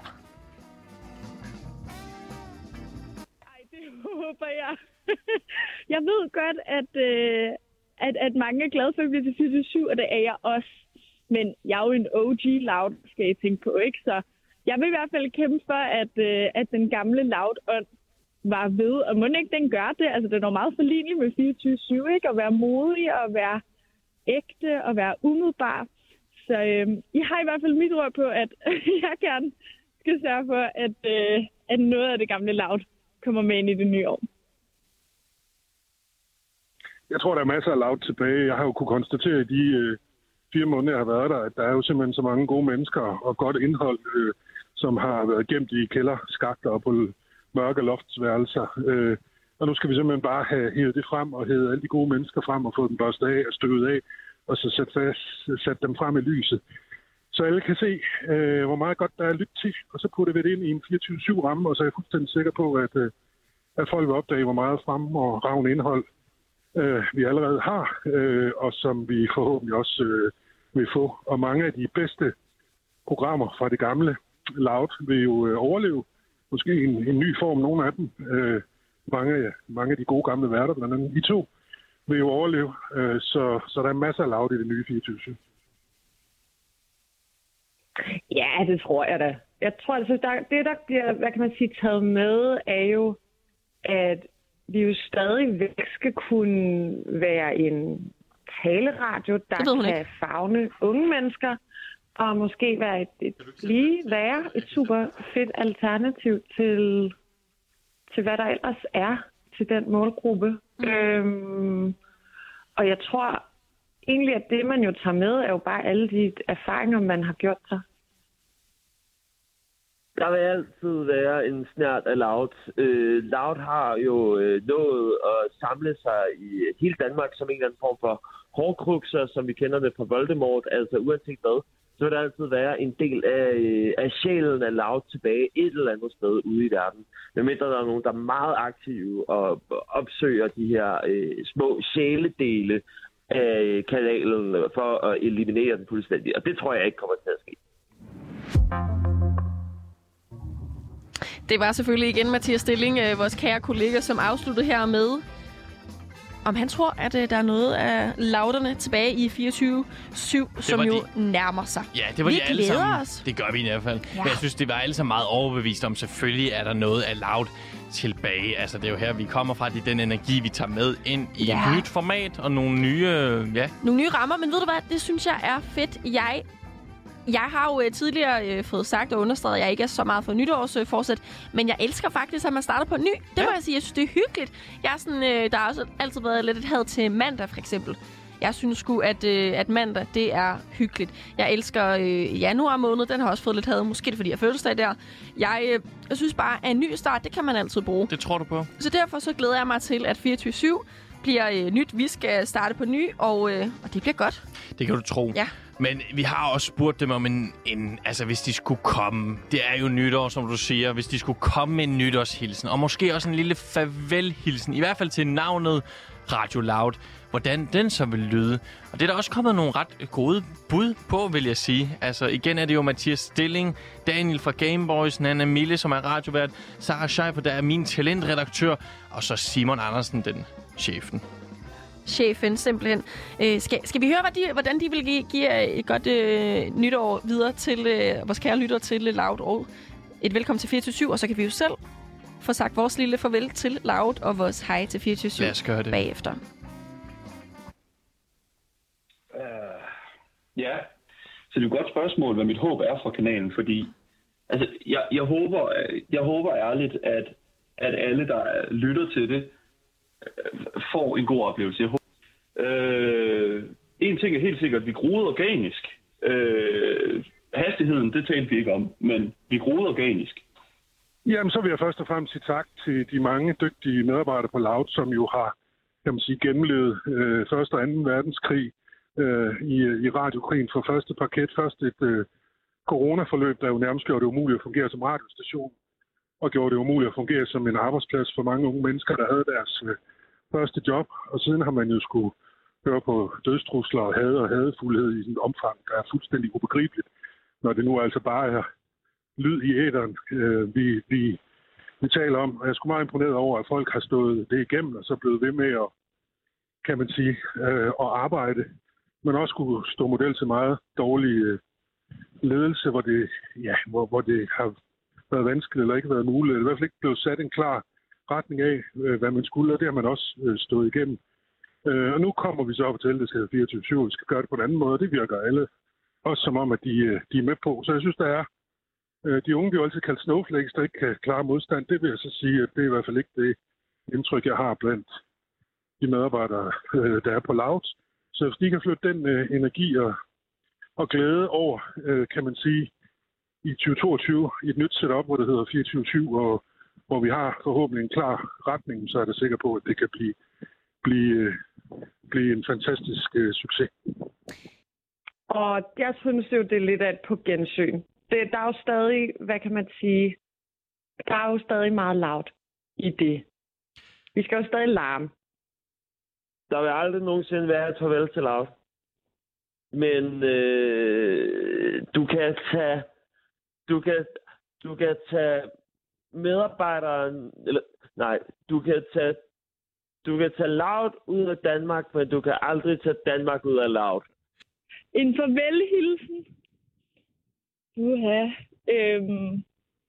Ej, det håber jeg. Jeg ved godt, at, øh, at, at mange er glade for, at vi bliver til fireogtyve syv, og det er jeg også. Men jeg er jo en O G loud, skal jeg tænke på, ikke? Så jeg vil i hvert fald kæmpe for, at, øh, at den gamle loud ånd var ved, og må ikke den gør det? Altså, den er meget forlignelig med fireogtyve syv, ikke? At være modig, og være ægte, og være umiddelbar. Så øh, I har i hvert fald mit ord på, at jeg gerne skal sørge for, at, øh, at noget af det gamle loud kommer med ind i det nye år.
Jeg tror, der er masser af loud tilbage. Jeg har jo kunne konstatere i de øh, fire måneder, jeg har været der, at der er jo simpelthen så mange gode mennesker og godt indhold, øh, som har været gemt i kælderskakter og på mørke loftsværelser. Øh, og nu skal vi simpelthen bare have hævet det frem og hævet alle de gode mennesker frem og få dem børstet af og støvet af, og så sætte, fast, sætte dem frem i lyset. Så alle kan se, øh, hvor meget godt der er at lytte til, og så putter vi det ind i en fireogtyve syv ramme, og så er jeg fuldstændig sikker på, at, øh, at folk vil opdage, hvor meget frem og ravn indhold øh, vi allerede har, øh, og som vi forhåbentlig også øh, vil få. Og mange af de bedste programmer fra det gamle loud vil jo øh, overleve. Måske en, en ny form, nogle af dem. Øh, mange, mange af de gode gamle værter, blandt andet I to, vil jo overleve. Øh, så, så der er masser af loud i det nye fireogtyve syv.
Ja, det tror jeg da. Jeg tror, altså, der, det, der bliver, hvad kan man sige, taget med, er jo, at vi jo stadigvæk skal kunne være en taleradio, der kan favne unge mennesker, og måske være et, et lige være et super fedt alternativ til, til, hvad der ellers er til den målgruppe. Mm. Øhm, og jeg tror egentlig, at det, man jo tager med, er jo bare alle de erfaringer, man har gjort sig.
Der vil altid være en snert af Loud. Øh, Loud har jo øh, nået at samle sig i hele Danmark som en eller anden form for hårdkrukser, som vi kender det fra Voldemort. Altså uanset hvad, så vil der altid være en del af, øh, af sjælen af Loud tilbage et eller andet sted ude i verden. Medmindre der er nogen, der er meget aktive og opsøger de her øh, små sjæledele af kanalen for at eliminere den fuldstændig. Og det tror jeg ikke kommer til at ske.
Det var selvfølgelig igen Mathias Stilling, vores kære kollega, som afsluttede her med, om han tror, at der er noget af lauderne tilbage i fireogtyve syv, som jo de... nærmer sig.
Ja, det var
vi
de alle sammen.
Os.
Det gør vi i hvert fald. Ja. Men jeg synes, det var alle sammen meget overbevist om, selvfølgelig er der noget af loud tilbage. Altså, det er jo her, vi kommer fra. Det er den energi, vi tager med ind i ja. et nyt format og nogle nye... Ja.
Nogle nye rammer, men ved du hvad? Det synes jeg er fedt. Jeg... Jeg har jo øh, tidligere øh, fået sagt og understreget, at jeg ikke er så meget for nytårsforsæt, øh, men jeg elsker faktisk, at man starter på en ny. Det ja. må jeg sige. Jeg synes, det er hyggeligt. Jeg er sådan, øh, der har også altid været lidt et had til mandag, for eksempel. Jeg synes sgu, at, øh, at mandag, det er hyggeligt. Jeg elsker øh, januar måned. Den har også fået lidt had. Måske det, fordi jeg har fødselsdag der. Jeg, øh, jeg synes bare, at en ny start, det kan man altid bruge.
Det tror du på.
Så derfor så glæder jeg mig til, at fireogtyve syv bliver øh, nyt. Vi skal starte på ny, og, øh, og det bliver godt.
Det kan du tro.
Ja.
Men vi har også spurgt dem om en, en... Altså, hvis de skulle komme... Det er jo nytår, som du siger. Hvis de skulle komme med en nytårshilsen. Og måske også en lille farvelhilsen. I hvert fald til navnet Radio Loud. Hvordan den så vil lyde. Og det er der også kommet nogle ret gode bud på, vil jeg sige. Altså, igen er det jo Mathias Stilling, Daniel fra Gameboys, Nana Mille, som er radiovært, Sarah Scheifer, der er min talentredaktør, og så Simon Andersen, den chefen.
Chefen, simpelthen. Øh, skal, skal vi høre, hvad de, hvordan de vil give, give et godt øh, nytår videre til øh, vores kære lytter til Loud, og et velkommen til fireogtyve syv, og så kan vi jo selv få sagt vores lille farvel til Loud og vores hej til fireogtyve syv bagefter.
Uh, ja, så det er et godt spørgsmål, hvad mit håb er for kanalen, fordi altså, jeg, jeg, håber, jeg håber ærligt, at, at alle, der lytter til det, får en god oplevelse. Jeg håber. Øh, en ting er helt sikkert, at vi groede organisk. Øh, hastigheden, det talte vi ikke om, men vi groede organisk.
Jamen, så vil jeg først og fremmest sige tak til de mange dygtige medarbejdere på Loud, som jo har, kan man sige, gennemlevet øh, første og anden verdenskrig øh, i, i radiokrigen for første parket. Først et øh, coronaforløb, der jo nærmest gjorde det umuligt at fungere som radiostation. og gjorde det umuligt at fungere som en arbejdsplads for mange unge mennesker, der havde deres øh, første job. Og siden har man jo skulle høre på dødstrusler og had og hadefuldhed i en omfang, der er fuldstændig ubegribeligt, når det nu altså bare er lyd i æteren, øh, vi, vi, vi taler om. Og jeg er sgu meget imponeret over, at folk har stået det igennem, og så blevet ved med at, kan man sige, øh, at arbejde. Men også skulle stå model til meget dårlig øh, ledelse, hvor det, ja, hvor, hvor det har været vanskeligt eller ikke været muligt. Eller i hvert fald ikke blevet sat en klar retning af, øh, hvad man skulle, og det har man også øh, stået igennem. Øh, og nu kommer vi så op til, at det skal være fireogtyve syv, vi skal gøre det på en anden måde, og det virker alle også som om, at de, øh, de er med på. Så jeg synes, der er øh, de unge, vi jo altid kaldt snowflakes, der ikke kan klare modstand. Det vil jeg så sige, at det er i hvert fald ikke det indtryk, jeg har blandt de medarbejdere, øh, der er på Loud. Så hvis de kan flytte den øh, energi og, og glæde over, øh, kan man sige, i tyve toogtyve i et nyt setup, hvor det hedder fireogtyve syv, og hvor vi har forhåbentlig en klar retning, så er jeg sikker på, at det kan blive, blive, blive en fantastisk øh, succes.
Og jeg synes jo, det er lidt af et på gensyn. Det, der er jo stadig, hvad kan man sige, der er jo stadig meget loud i det. Vi skal jo stadig larme.
Der vil aldrig nogensinde være et farvel til Loud. Men øh, du kan tage du kan du kan tage medarbejderen eller nej, du kan tage du kan tage Loud ud af Danmark, men du kan aldrig tage Danmark ud af Loud.
En farvelhilsen. Uha. Øhm,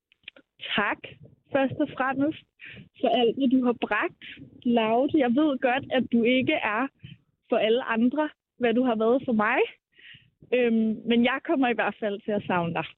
tak først og fremmest for alt, hvad du har bragt, Loud. Jeg ved godt, at du ikke er for alle andre, hvad du har været for mig. Øhm, men jeg kommer i hvert fald til at savne dig.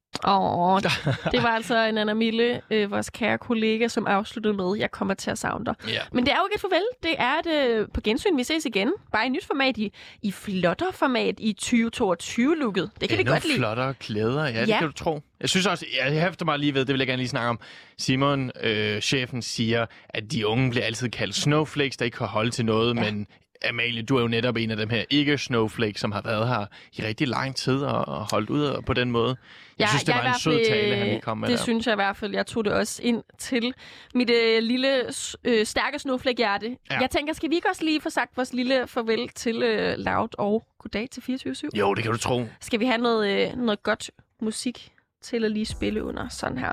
Åh, det var altså en Anna Mille, øh, vores kære kollega, som afsluttede med, jeg kommer til at savne dig.
Ja.
Men det er jo ikke et farvel. Det er et øh, på gensyn. Vi ses igen. Bare i nyt format, i, i flottere format i tyve toogtyve-looket. Det kan
Endnu
vi godt lide.
flottere klæder, ja, det
Ja.
kan du tro. Jeg synes også, jeg hæfter mig lige ved, det vil jeg gerne lige snakke om. Simon, øh, chefen, siger, at de unge bliver altid kaldt snowflakes, der ikke kan holde til noget, ja. Men Amalie, du er jo netop en af dem her ikke-snowflakes, som har været her i rigtig lang tid og, og holdt ud på den måde. Jeg
Ja,
synes, det
jeg
var en sød tale, han lige kom med
Det
der.
synes jeg i hvert fald. Jeg tog det også ind til mit øh, lille, øh, stærke snowflake-hjerte.
Ja.
Jeg tænker, skal vi ikke også lige få sagt vores lille farvel til øh, Loud og goddag til fireogtyve syv?
Jo, det kan du tro.
Skal vi have noget, øh, noget godt musik til at lige spille under sådan her?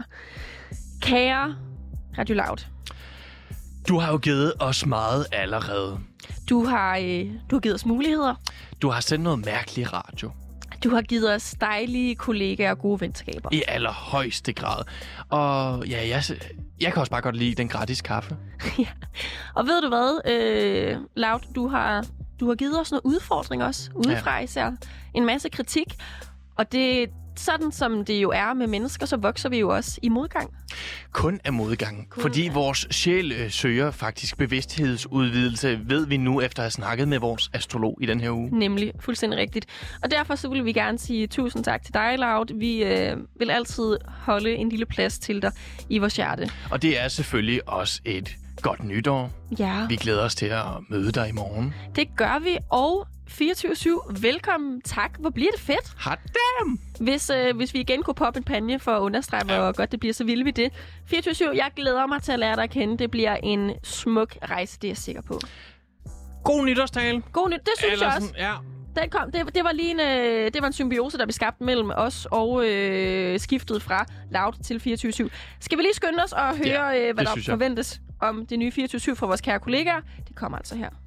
Kære Radio Loud.
Du har jo givet os meget allerede.
Du har, øh, du har givet os muligheder.
Du har sendt noget mærkelig radio.
Du har givet os dejlige kollegaer og gode venskaber.
I allerhøjeste grad. Og ja, jeg, jeg kan også bare godt lide den gratis kaffe.
Ja. Og ved du hvad, øh, Loud, du har, du har givet os noget udfordring også, udefra ja. Især. En masse kritik. Og det sådan som det jo er med mennesker, så vokser vi jo også i modgang.
Kun af modgang.
Kun
fordi
af.
vores sjæl øh, søger faktisk bevidsthedsudvidelse, ved vi nu, efter at have snakket med vores astrolog i den her uge.
Nemlig, fuldstændig rigtigt. Og derfor så vil vi gerne sige tusind tak til dig, Loud. Vi øh, vil altid holde en lille plads til dig i vores hjerte.
Og det er selvfølgelig også et godt nytår.
Ja.
Vi glæder os til at møde dig i morgen.
Det gør vi, og fireogtyve syv, velkommen, tak. Hvor bliver det fedt.
Hot damn!
Hvis, øh, hvis vi igen kunne poppe en panje for at understrege, hvor ja. godt det bliver, så ville vi det. fireogtyve syv, jeg glæder mig til at lære dig at kende. Det bliver en smuk rejse, det er jeg sikker på.
God nytårstale.
God nyt, det synes
Eller
jeg også.
sådan, ja.
Den kom, det, det, var lige en, øh, det var en symbiose, der blev skabt mellem os og øh, skiftet fra Loud til fireogtyve syv. Skal vi lige skynde os og høre,
Ja,
øh, hvad der
synes jeg.
forventes om det nye fireogtyve syv fra vores kære kollegaer? Det kommer altså her.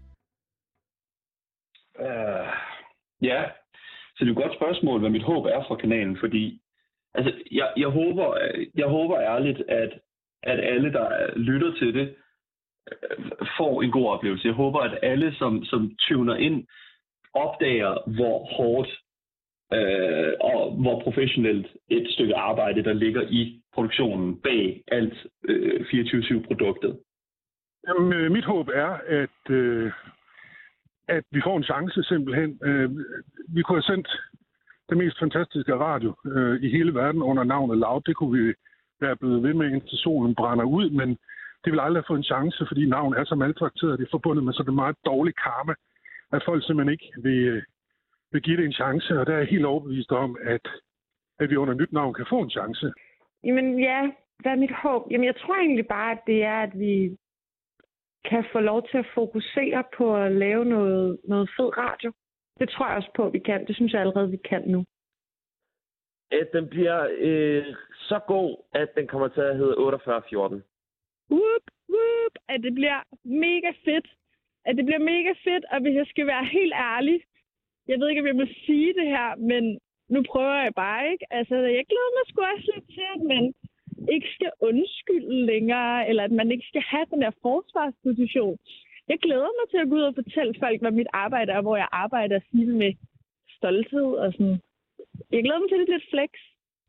Uh, ja, så det er et godt spørgsmål, hvad mit håb er for kanalen, fordi altså, jeg, jeg, håber, jeg håber ærligt, at, at alle, der lytter til det, får en god oplevelse. Jeg håber, at alle, som, som tuner ind, opdager, hvor hårdt øh, og hvor professionelt et stykke arbejde, der ligger i produktionen bag alt øh, fireogtyve syv-produktet.
Jamen, mit håb er, at, øh, at vi får en chance simpelthen. Øh, vi kunne have sendt det mest fantastiske radio øh, i hele verden under navnet Loud. Det kunne vi være blevet ved med, indtil solen brænder ud, men det vil aldrig få en chance, fordi navnet er så maltrakteret. Det er forbundet med sådan en meget dårlig karma, at folk simpelthen ikke vil, vil give det en chance. Og der er jeg helt overbevist om, at, at vi under nyt navn kan få en chance.
Jamen ja, hvad er mit håb? Jamen, jeg tror egentlig bare, at det er, at vi kan få lov til at fokusere på at lave noget, noget fed radio. Det tror jeg også på, at vi kan. Det synes jeg allerede, vi kan nu.
At den bliver øh, så god, at den kommer til at hedde otteogfyrre fjorten.
Whoop, whoop, at det bliver mega fedt. At det bliver mega fedt, og hvis jeg skal være helt ærlig, jeg ved ikke, om jeg må sige det her, men nu prøver jeg bare, ikke? Altså, jeg glæder mig sgu også lidt til, at man ikke skal undskylde længere, eller at man ikke skal have den der forsvarsposition. Jeg glæder mig til at gå ud og fortælle folk, hvad mit arbejde er, hvor jeg arbejder og sige det med stolthed og sådan. Jeg glæder mig til det lidt flex.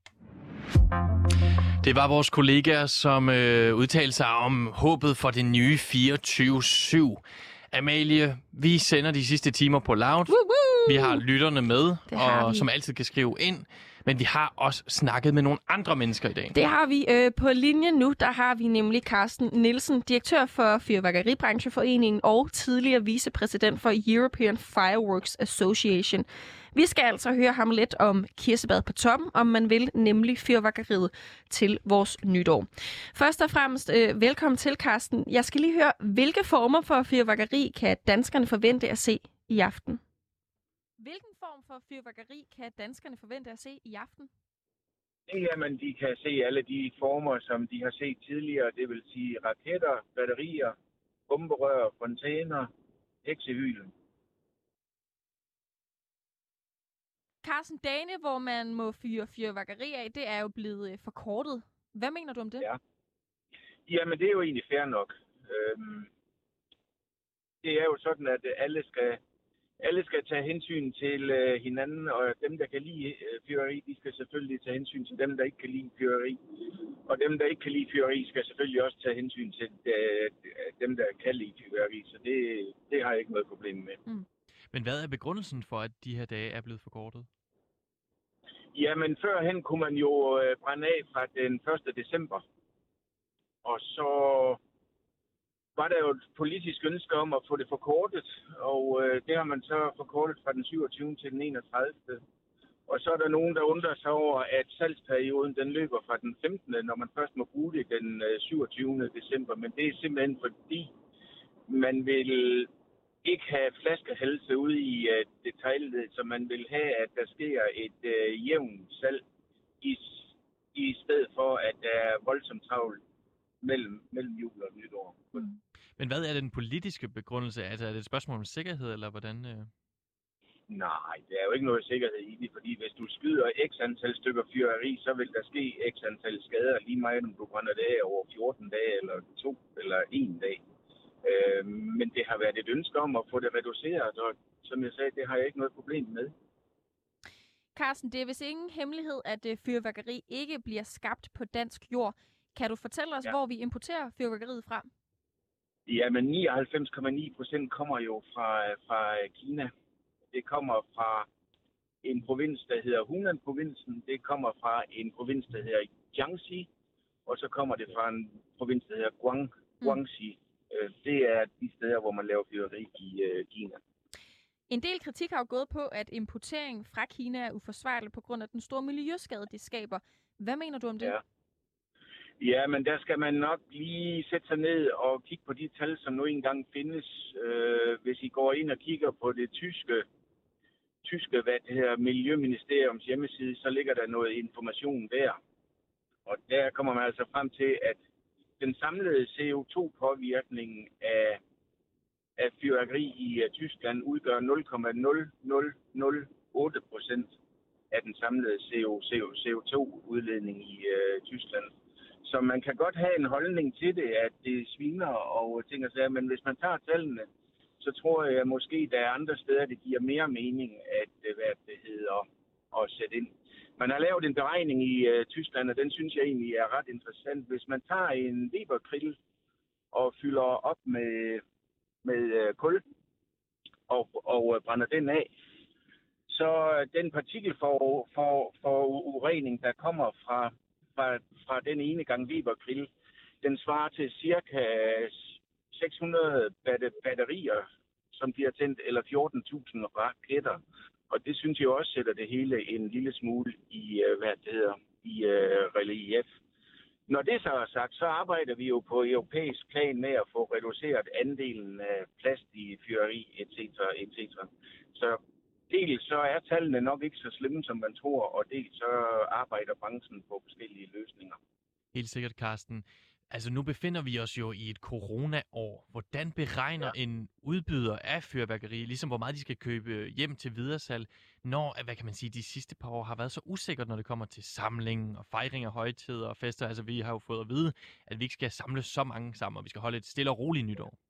Det var vores kollegaer, som øh, udtalte sig om håbet for det nye fireogtyve syv. Amalie, vi sender de sidste timer på Loud. Woo-woo! Vi har lytterne med, og som altid kan skrive ind. Men vi har også snakket med nogle andre mennesker i dag.
Det har vi øh, på linjen nu. Der har vi nemlig Carsten Nielsen, direktør for Fyrværkeribrancheforeningen og tidligere vicepræsident for European Fireworks Association. Vi skal altså høre ham lidt om kirsebær på toppen, om man vil, nemlig fyrværkeriet til vores nytår. Først og fremmest, øh, velkommen til, Carsten. Jeg skal lige høre, hvilke former for fyrværkeri kan danskerne forvente at se i aften? Hvilken form for fyrværkeri kan danskerne forvente at se i aften?
Jamen, de kan se alle de former, som de har set tidligere. Det vil sige raketter, batterier, bomberør, fontæner, heksehylen.
Carsten, dagene, hvor man må fyre fyrværkeri af, det er jo blevet forkortet. Hvad mener du om det?
Ja. Jamen, det er jo egentlig fair nok. Øhm, det er jo sådan, at alle skal... Alle skal tage hensyn til øh, hinanden, og dem, der kan lide øh, fyrværkeri, de skal selvfølgelig tage hensyn til dem, der ikke kan lide fyrværkeri. Og dem, der ikke kan lide fyrværkeri, skal selvfølgelig også tage hensyn til øh, dem, der kan lide fyrværkeri. Så det, det har jeg ikke noget problem med.
Mm. Men hvad er begrundelsen for, at de her dage er blevet forkortet?
Jamen, førhen kunne man jo øh, brænde af fra den første december. Og så... var der jo et politisk ønske om at få det forkortet, og øh, det har man så forkortet fra den syvogtyvende til den enogtredivte Og så er der nogen, der undrer sig over, at salgsperioden den løber fra den femtende når man først må bruge det den øh, syvogtyvende december Men det er simpelthen fordi, man vil ikke have flaskehalse ude i øh, detaljledet, så man vil have, at der sker et øh, jævnt salg, i, i stedet for, at der er voldsomt travlt mellem, mellem jul og nytår.
Mm. Men hvad er den politiske begrundelse? Altså, er det et spørgsmål om sikkerhed, eller hvordan? Øh...
Nej, der er jo ikke noget sikkerhed i det, fordi hvis du skyder x antal stykker fyrværkeri, så vil der ske x antal skader, lige meget om du brænder det af over fjorten dage, eller to, eller en dag. Øh, men det har været et ønske om at få det reduceret, og som jeg sagde, det har jeg ikke noget problem med.
Carsten, det er vist ingen hemmelighed, at fyrværkeri ikke bliver skabt på dansk jord. Kan du fortælle os, ja. hvor vi importerer fyrværkeriet fra?
Jamen, nioghalvfems komma ni procent kommer jo fra, fra Kina. Det kommer fra en provins, der hedder Hunan-provinsen. Det kommer fra en provins, der hedder Jiangxi. Og så kommer det fra en provins, der hedder Guang, Guangxi. Mm. Det er de steder, hvor man laver fyrværkeri i uh, Kina.
En del kritik har jo gået på, at importering fra Kina er uforsvarlig på grund af den store miljøskade, det skaber. Hvad mener du om det?
Ja. Ja, men der skal man nok lige sætte sig ned og kigge på de tal, som nu engang findes. Øh, hvis I går ind og kigger på det tyske, tyske hvad det her, Miljøministeriums hjemmeside, så ligger der noget information der. Og der kommer man altså frem til, at den samlede C O to påvirkning af, af fyrværkeri i uh, Tyskland udgør nul komma nul nul nul otte procent af den samlede C O to udledning i uh, Tyskland. Så man kan godt have en holdning til det, at det sviner og ting og sager, men hvis man tager tallene, så tror jeg at måske, der er andre steder, det giver mere mening, at hvad det hedder, at sætte ind. Man har lavet en beregning i uh, Tyskland, og den synes jeg egentlig er ret interessant. Hvis man tager en Weber-grill og fylder op med, med uh, kul og, og uh, brænder den af, så den partikelforurening, for, for urening, der kommer fra Fra, fra den ene gang Weber-grill, den svarer til cirka seks hundrede batterier, som bliver tændt, eller fjorten tusind raketter. Og det synes jeg også sætter det hele en lille smule i, hvad det hedder, i uh, relief. Når det så er sagt, så arbejder vi jo på europæisk plan med at få reduceret andelen af plast i fyrværkeri, et cetera, et cetera. Så dels så er tallene nok ikke så slemme, som man tror, og dels så arbejder branchen på forskellige løsninger.
Helt sikkert, Carsten. Altså nu befinder vi os jo i et corona-år. Hvordan beregner ja. en udbyder af fyrværkeri, ligesom hvor meget de skal købe hjem til videresalg, når, hvad kan man sige, de sidste par år har været så usikkert, når det kommer til samling og fejring af højtider og fester. Altså vi har jo fået at vide, at vi ikke skal samle så mange sammen, og vi skal holde et stille og roligt nytår.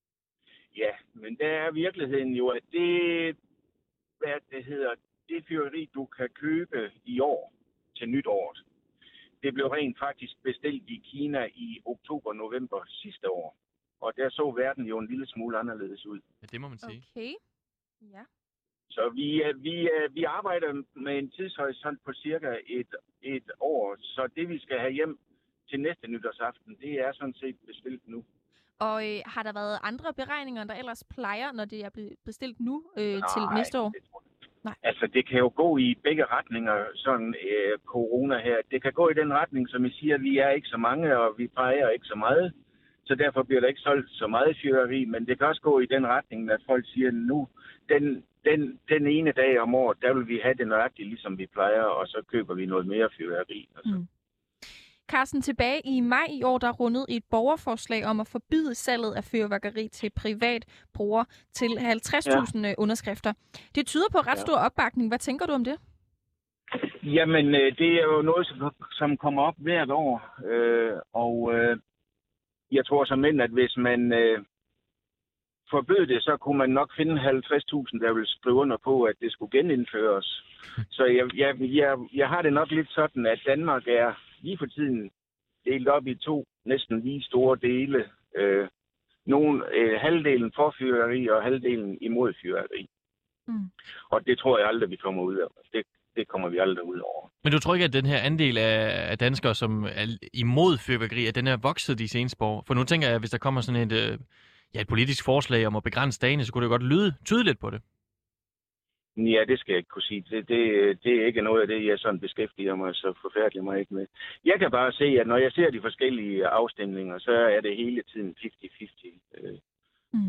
Ja, men der er virkeligheden jo, at det, hvad det hedder, det fyrværkeri, du kan købe i år til nytåret, det blev rent faktisk bestilt i Kina i oktober-november sidste år. Og der så verden jo en lille smule anderledes ud.
Ja, det må man sige.
Okay, ja.
Så vi, vi, vi arbejder med en tidshorisont på cirka et, et år. Så det, vi skal have hjem til næste nytårsaften, det er sådan set bestilt nu.
Og øh, har der været andre beregninger, der ellers plejer, når det er blevet bestilt nu øh, Nej, til næste år?
Nej. Altså, det kan jo gå i begge retninger, sådan øh, corona her. Det kan gå i den retning, som I siger, vi er ikke så mange, og vi plejer ikke så meget. Så derfor bliver der ikke solgt så meget fyrværkeri, men det kan også gå i den retning, at folk siger, nu, den, den, den ene dag om året, der vil vi have det nøjagtigt, ligesom vi plejer, og så køber vi noget mere fyrværkeri. Altså. Mm.
Carsten, tilbage i maj i år, der rundede et borgerforslag om at forbyde salget af fyrværkeri til privat brugere til halvtreds tusind ja. underskrifter. Det tyder på ret stor opbakning. Hvad tænker du om det?
Jamen, det er jo noget, som kommer op hvert år. Øh, og øh, jeg tror som mænd, at hvis man øh, forbød det, så kunne man nok finde halvtreds tusind, der ville skrive under på, at det skulle genindføres. Så jeg, jeg, jeg, jeg har det nok lidt sådan, at Danmark er lige for tiden delt op i to næsten lige store dele. Øh, nogle, øh, halvdelen for fyrværkeri og halvdelen imod fyrværkeri. Mm. Og det tror jeg aldrig, vi kommer ud af. Det, det kommer vi aldrig ud over.
Men du tror ikke, at den her andel af danskere, som er imod fyrværkeri, at den er vokset de seneste år? For nu tænker jeg, at hvis der kommer sådan et, ja, et politisk forslag om at begrænse dagene, så kunne det godt lyde tydeligt på det.
Ja, det skal jeg ikke kunne sige. Det, det, det er ikke noget af det, jeg sådan beskæftiger mig så forfærdeligt mig ikke med. Jeg kan bare se, at når jeg ser de forskellige afstemninger, så er det hele tiden halvtreds halvtreds.
Mm.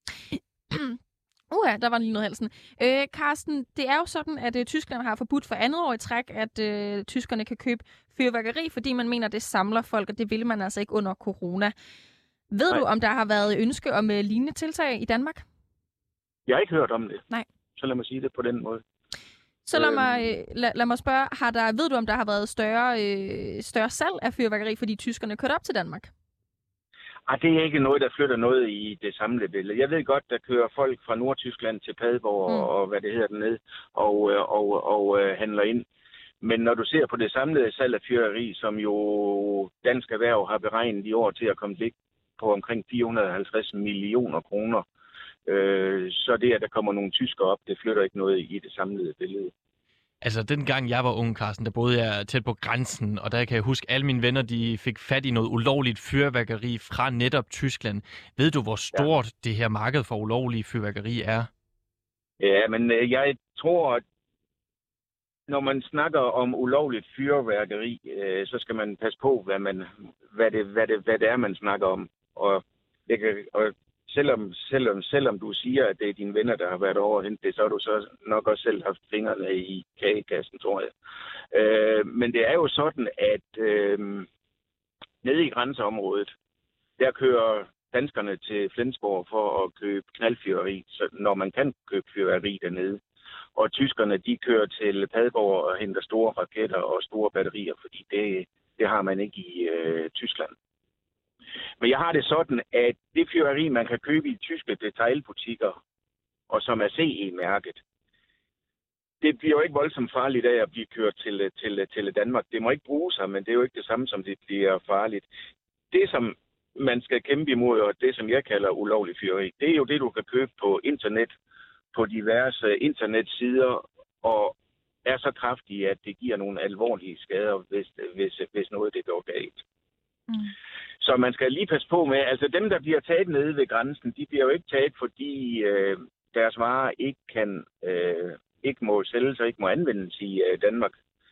Uha, der var lige noget halsen. Øh, Carsten, det er jo sådan, at øh, Tyskland har forbudt for andet år i træk, at øh, tyskerne kan købe fyrværkeri, fordi man mener, det samler folk, og det vil man altså ikke under corona. Ved Nej. du, om der har været ønske om øh, lignende tiltag i Danmark?
Jeg har ikke hørt om det.
Nej.
Så lad mig sige det på den måde.
Så lad mig, øh, lad, lad mig spørge, har der, ved du, om der har været større, øh, større salg af fyrværkeri, fordi tyskerne kørte op til Danmark?
Ah, det er ikke noget, der flytter noget i det samlede billede. Jeg ved godt, der kører folk fra Nordtyskland til Padborg mm. og, og hvad det hedder dernede, og, og, og, og øh, handler ind. Men når du ser på det samlede salg af fyrværkeri, som jo Dansk Erhverv har beregnet i år til at komme lidt på omkring fire hundrede og halvtreds millioner kroner, øh, så det, at der kommer nogle tyskere op, det flytter ikke noget i det samlede billede.
Altså, den gang jeg var ung, Carsten, der boede jeg tæt på grænsen, og der kan jeg huske, at alle mine venner, de fik fat i noget ulovligt fyrværkeri fra netop Tyskland. Ved du, hvor stort ja. det her marked for ulovlige fyrværkeri er?
Ja, men øh, jeg tror, at når man snakker om ulovligt fyrværkeri, øh, så skal man passe på, hvad, man, hvad, det, hvad, det, hvad det er, man snakker om. Og, det kan, og selvom, selvom, selvom du siger, at det er dine venner, der har været over og hentet det, så har du så nok også selv haft fingrene i kagekassen, tror jeg. Øh, men det er jo sådan, at øh, nede i grænseområdet, der kører danskerne til Flensborg for at købe knaldfyrværkeri, så når man kan købe fyrværkeri dernede. Og tyskerne, de kører til Padborg og henter store raketter og store batterier, fordi det, det har man ikke i øh, Tyskland. Men jeg har det sådan, at det fyrværkeri, man kan købe i tyske detailbutikker, og som er C E-mærket, det bliver jo ikke voldsomt farligt af at blive kørt til, til, til Danmark. Det må ikke bruge sig, men det er jo ikke det samme, som det bliver farligt. Det, som man skal kæmpe imod, og det, som jeg kalder ulovlig fyrværkeri, det er jo det, du kan købe på internet, på diverse internetsider, og er så kraftige, at det giver nogle alvorlige skader, hvis, hvis, hvis noget det går galt. Mm. Så man skal lige passe på med, altså dem, der bliver taget nede ved grænsen, de bliver jo ikke taget, fordi øh, deres varer ikke kan, øh, ikke må sælges og ikke må anvendes i øh, Danmark.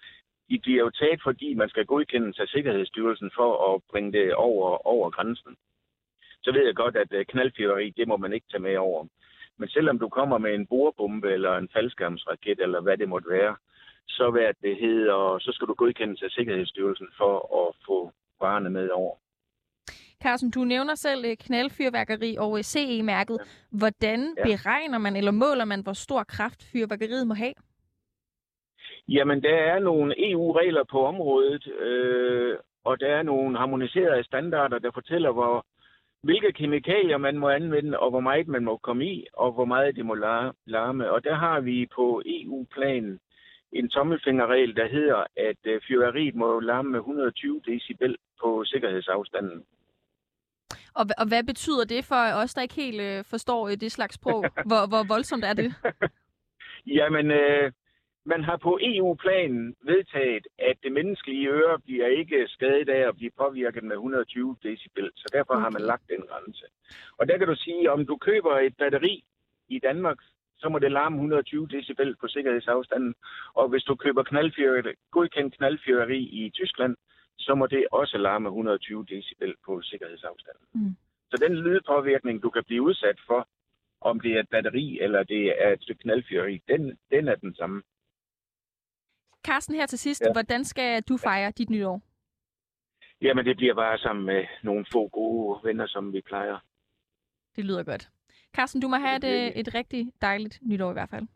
de bliver jo taget, fordi man skal godkendes af Sikkerhedsstyrelsen for at bringe det over, over grænsen. Så ved jeg godt, at knaldfyrværkeri, det må man ikke tage med over. Men selvom du kommer med en bordbombe eller en faldskærmsraket, eller hvad det måtte være, så hvad det hedder, så skal du godkendes af Sikkerhedsstyrelsen for at få varerne med over.
Carsten, du nævner selv knaldfyrværkeri og C E-mærket. Hvordan
Ja.
beregner man eller måler man, hvor stor kraft fyrværkeriet må have?
Jamen, der er nogle E U-regler på området, øh, og der er nogle harmoniserede standarder, der fortæller, hvor, hvilke kemikalier man må anvende, og hvor meget man må komme i, og hvor meget det må larme. Og der har vi på E U-planen en tommelfingerregel, der hedder, at øh, fyrværkeriet må larme med et hundrede og tyve decibel på sikkerhedsafstanden.
Og, og hvad betyder det for os, der ikke helt øh, forstår øh, det slags sprog? Hvor, hvor voldsomt er det?
Jamen, øh, man har på E U-planen vedtaget, at det menneskelige øre bliver ikke skadet af at blive påvirket med et hundrede og tyve decibel, så derfor okay. har man lagt den grænse. Og der kan du sige, om du køber et batteri i Danmark, så må det larme et hundrede og tyve decibel på sikkerhedsafstanden. Og hvis du køber knaldfyrværkeri, godkendt knaldfyrværkeri i Tyskland, så må det også larme et hundrede og tyve decibel på sikkerhedsafstanden. Mm. Så den lydpåvirkning, du kan blive udsat for, om det er et batteri eller det er et stykke knaldfyrværkeri, den, den er den samme.
Carsten, her til sidst,
Ja.
hvordan skal du fejre dit nytår?
Jamen, det bliver bare sammen med nogle få gode venner, som vi plejer.
Det lyder godt. Carsten, du må have et, et rigtig dejligt nytår i hvert fald.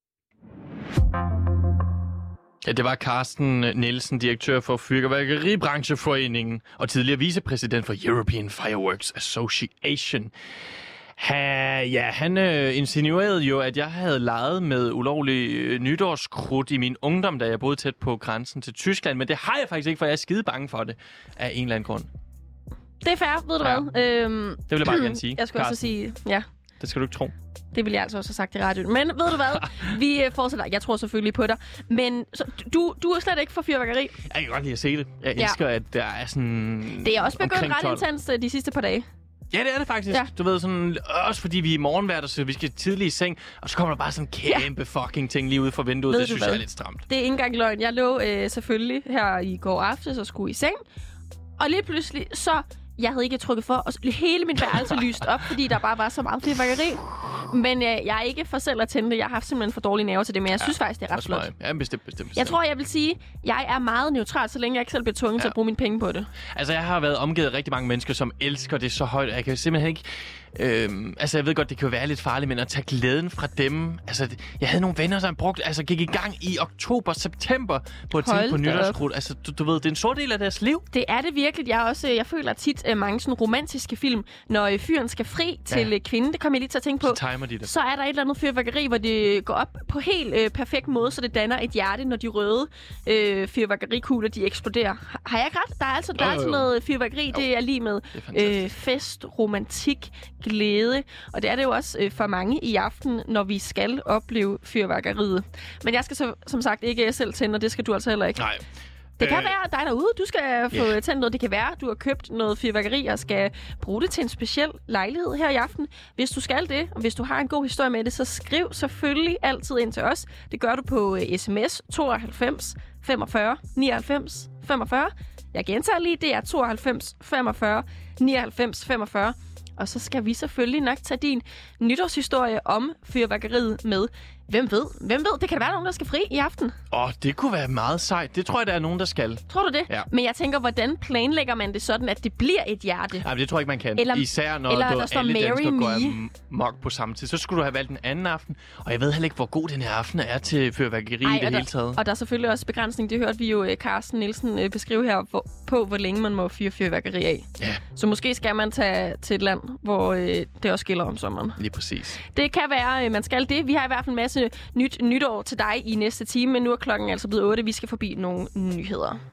Ja, det var Carsten Nielsen, direktør for Fyrværkeribrancheforeningen og tidligere vicepræsident for European Fireworks Association. Ha, ja, han øh, insinuerede jo, at jeg havde leget med ulovlig øh, nytårskrudt i min ungdom, da jeg boede tæt på grænsen til Tyskland. Men det har jeg faktisk ikke, for jeg er skide bange for det af en eller anden grund.
Det er fair, ved du
Ja.
hvad? Øhm,
Det vil jeg bare gerne sige.
Jeg skulle også sige, ja,
Det skal du ikke tro.
det ville jeg altså også have sagt i radioen. Men ved du hvad? Vi øh, fortsætter. Jeg tror selvfølgelig på dig. Men så, du, du er slet ikke for fyrværkeri.
Jeg kan godt lide at se det. Jeg elsker, ja. at der er sådan...
Det er også begyndt
omkring
ret
tolv.
intens øh, de sidste par dage.
Ja, det er det faktisk.
Ja.
Du ved, sådan, også fordi vi er morgenværter, så vi skal tidligt i seng, og så kommer der bare sådan en kæmpe ja. fucking ting lige ud fra vinduet.
Ved
Det
du
synes
hvad?
jeg er lidt stramt.
Det er ikke engang løgn. Jeg lå øh, selvfølgelig her i går aftes og skulle i seng. Og lige pludselig, så... Jeg havde ikke trykket for, og hele min værelse lyst op, fordi der bare var så meget fyrværkeri. Men øh, jeg er ikke for selv at tænde det. Jeg har haft simpelthen for dårlige nerver til det, men jeg ja, synes faktisk, det er ret flot.
Ja, bestemt, bestemt, bestemt.
Jeg tror, jeg vil sige, jeg er meget neutral, så længe jeg ikke selv bliver tvunget ja. til at bruge mine penge på det.
Altså, jeg har været omgivet af rigtig mange mennesker, som elsker det så højt, og jeg kan simpelthen ikke... Øhm, altså, jeg ved godt, det kan være lidt farligt, men at tage glæden fra dem... Altså, jeg havde nogle venner, som brugte, altså, gik i gang i oktober, september på at tænke på nytårskrudt. Altså, du, du ved, det er en stor del af deres liv.
Det er det virkelig. Jeg, også, jeg føler tit uh, mange sådan romantiske film, når uh, fyren skal fri til ja. kvinden. Det kommer jeg lige til at tænke på.
Så timer de det.
Så er der et eller andet fyrværkeri, hvor det går op på helt uh, perfekt måde, så det danner et hjerte, når de røde uh, fyrværkerikugler, de eksploderer. Har, har jeg ikke ret? Der er altså, der er altså noget fyrværkeri, jo. Det er lige med uh, fest, romantik, glæde. Og det er det jo også øh, for mange i aften, når vi skal opleve fyrværkeriet. Men jeg skal så, som sagt ikke selv tænde, og det skal du altså heller ikke.
Nej.
Det kan
øh...
være dig derude, du skal få yeah. tændt noget. Det kan være, du har købt noget fyrværkeri og skal bruge det til en speciel lejlighed her i aften. Hvis du skal det, og hvis du har en god historie med det, så skriv selvfølgelig altid ind til os. Det gør du på øh, sms tooghalvfems femogfyrre nioghalvfems femogfyrre. Jeg gentager lige, det er tooghalvfems femogfyrre nioghalvfems femogfyrre. Og så skal vi selvfølgelig nok tage din nytårshistorie om fyrværkeriet med. Hvem ved? Hvem ved? Det kan være nogen, der skal fri i aften.
Åh, oh, det kunne være meget sejt. Det tror jeg, der er nogen, der skal.
Tror du det?
Ja.
Men jeg tænker, hvordan planlægger man det sådan, at det bliver et hjerte?
Nej, det tror jeg ikke, man kan.
Eller,
Især når
eller
du,
der står
alle
Marry
danskere
Me.
går amok på samme tid. Så skulle du have valgt en anden aften. Og jeg ved heller ikke, hvor god den her aften er til fyrværkeri
Ej,
i det
der,
hele taget.
Og der er selvfølgelig også begrænsning. Det hørte vi jo Carsten Nielsen beskrive her hvor, på, hvor længe man må fyre fyrværkeri af.
Ja.
Så måske skal man tage til et land, hvor øh, det også gælder om sommeren.
Lige præcis.
Det kan være, man skal det. Vi har i hvert fald en masse nyt nytår til dig i næste time, men nu er klokken altså blevet otte. Vi skal forbi nogle nyheder.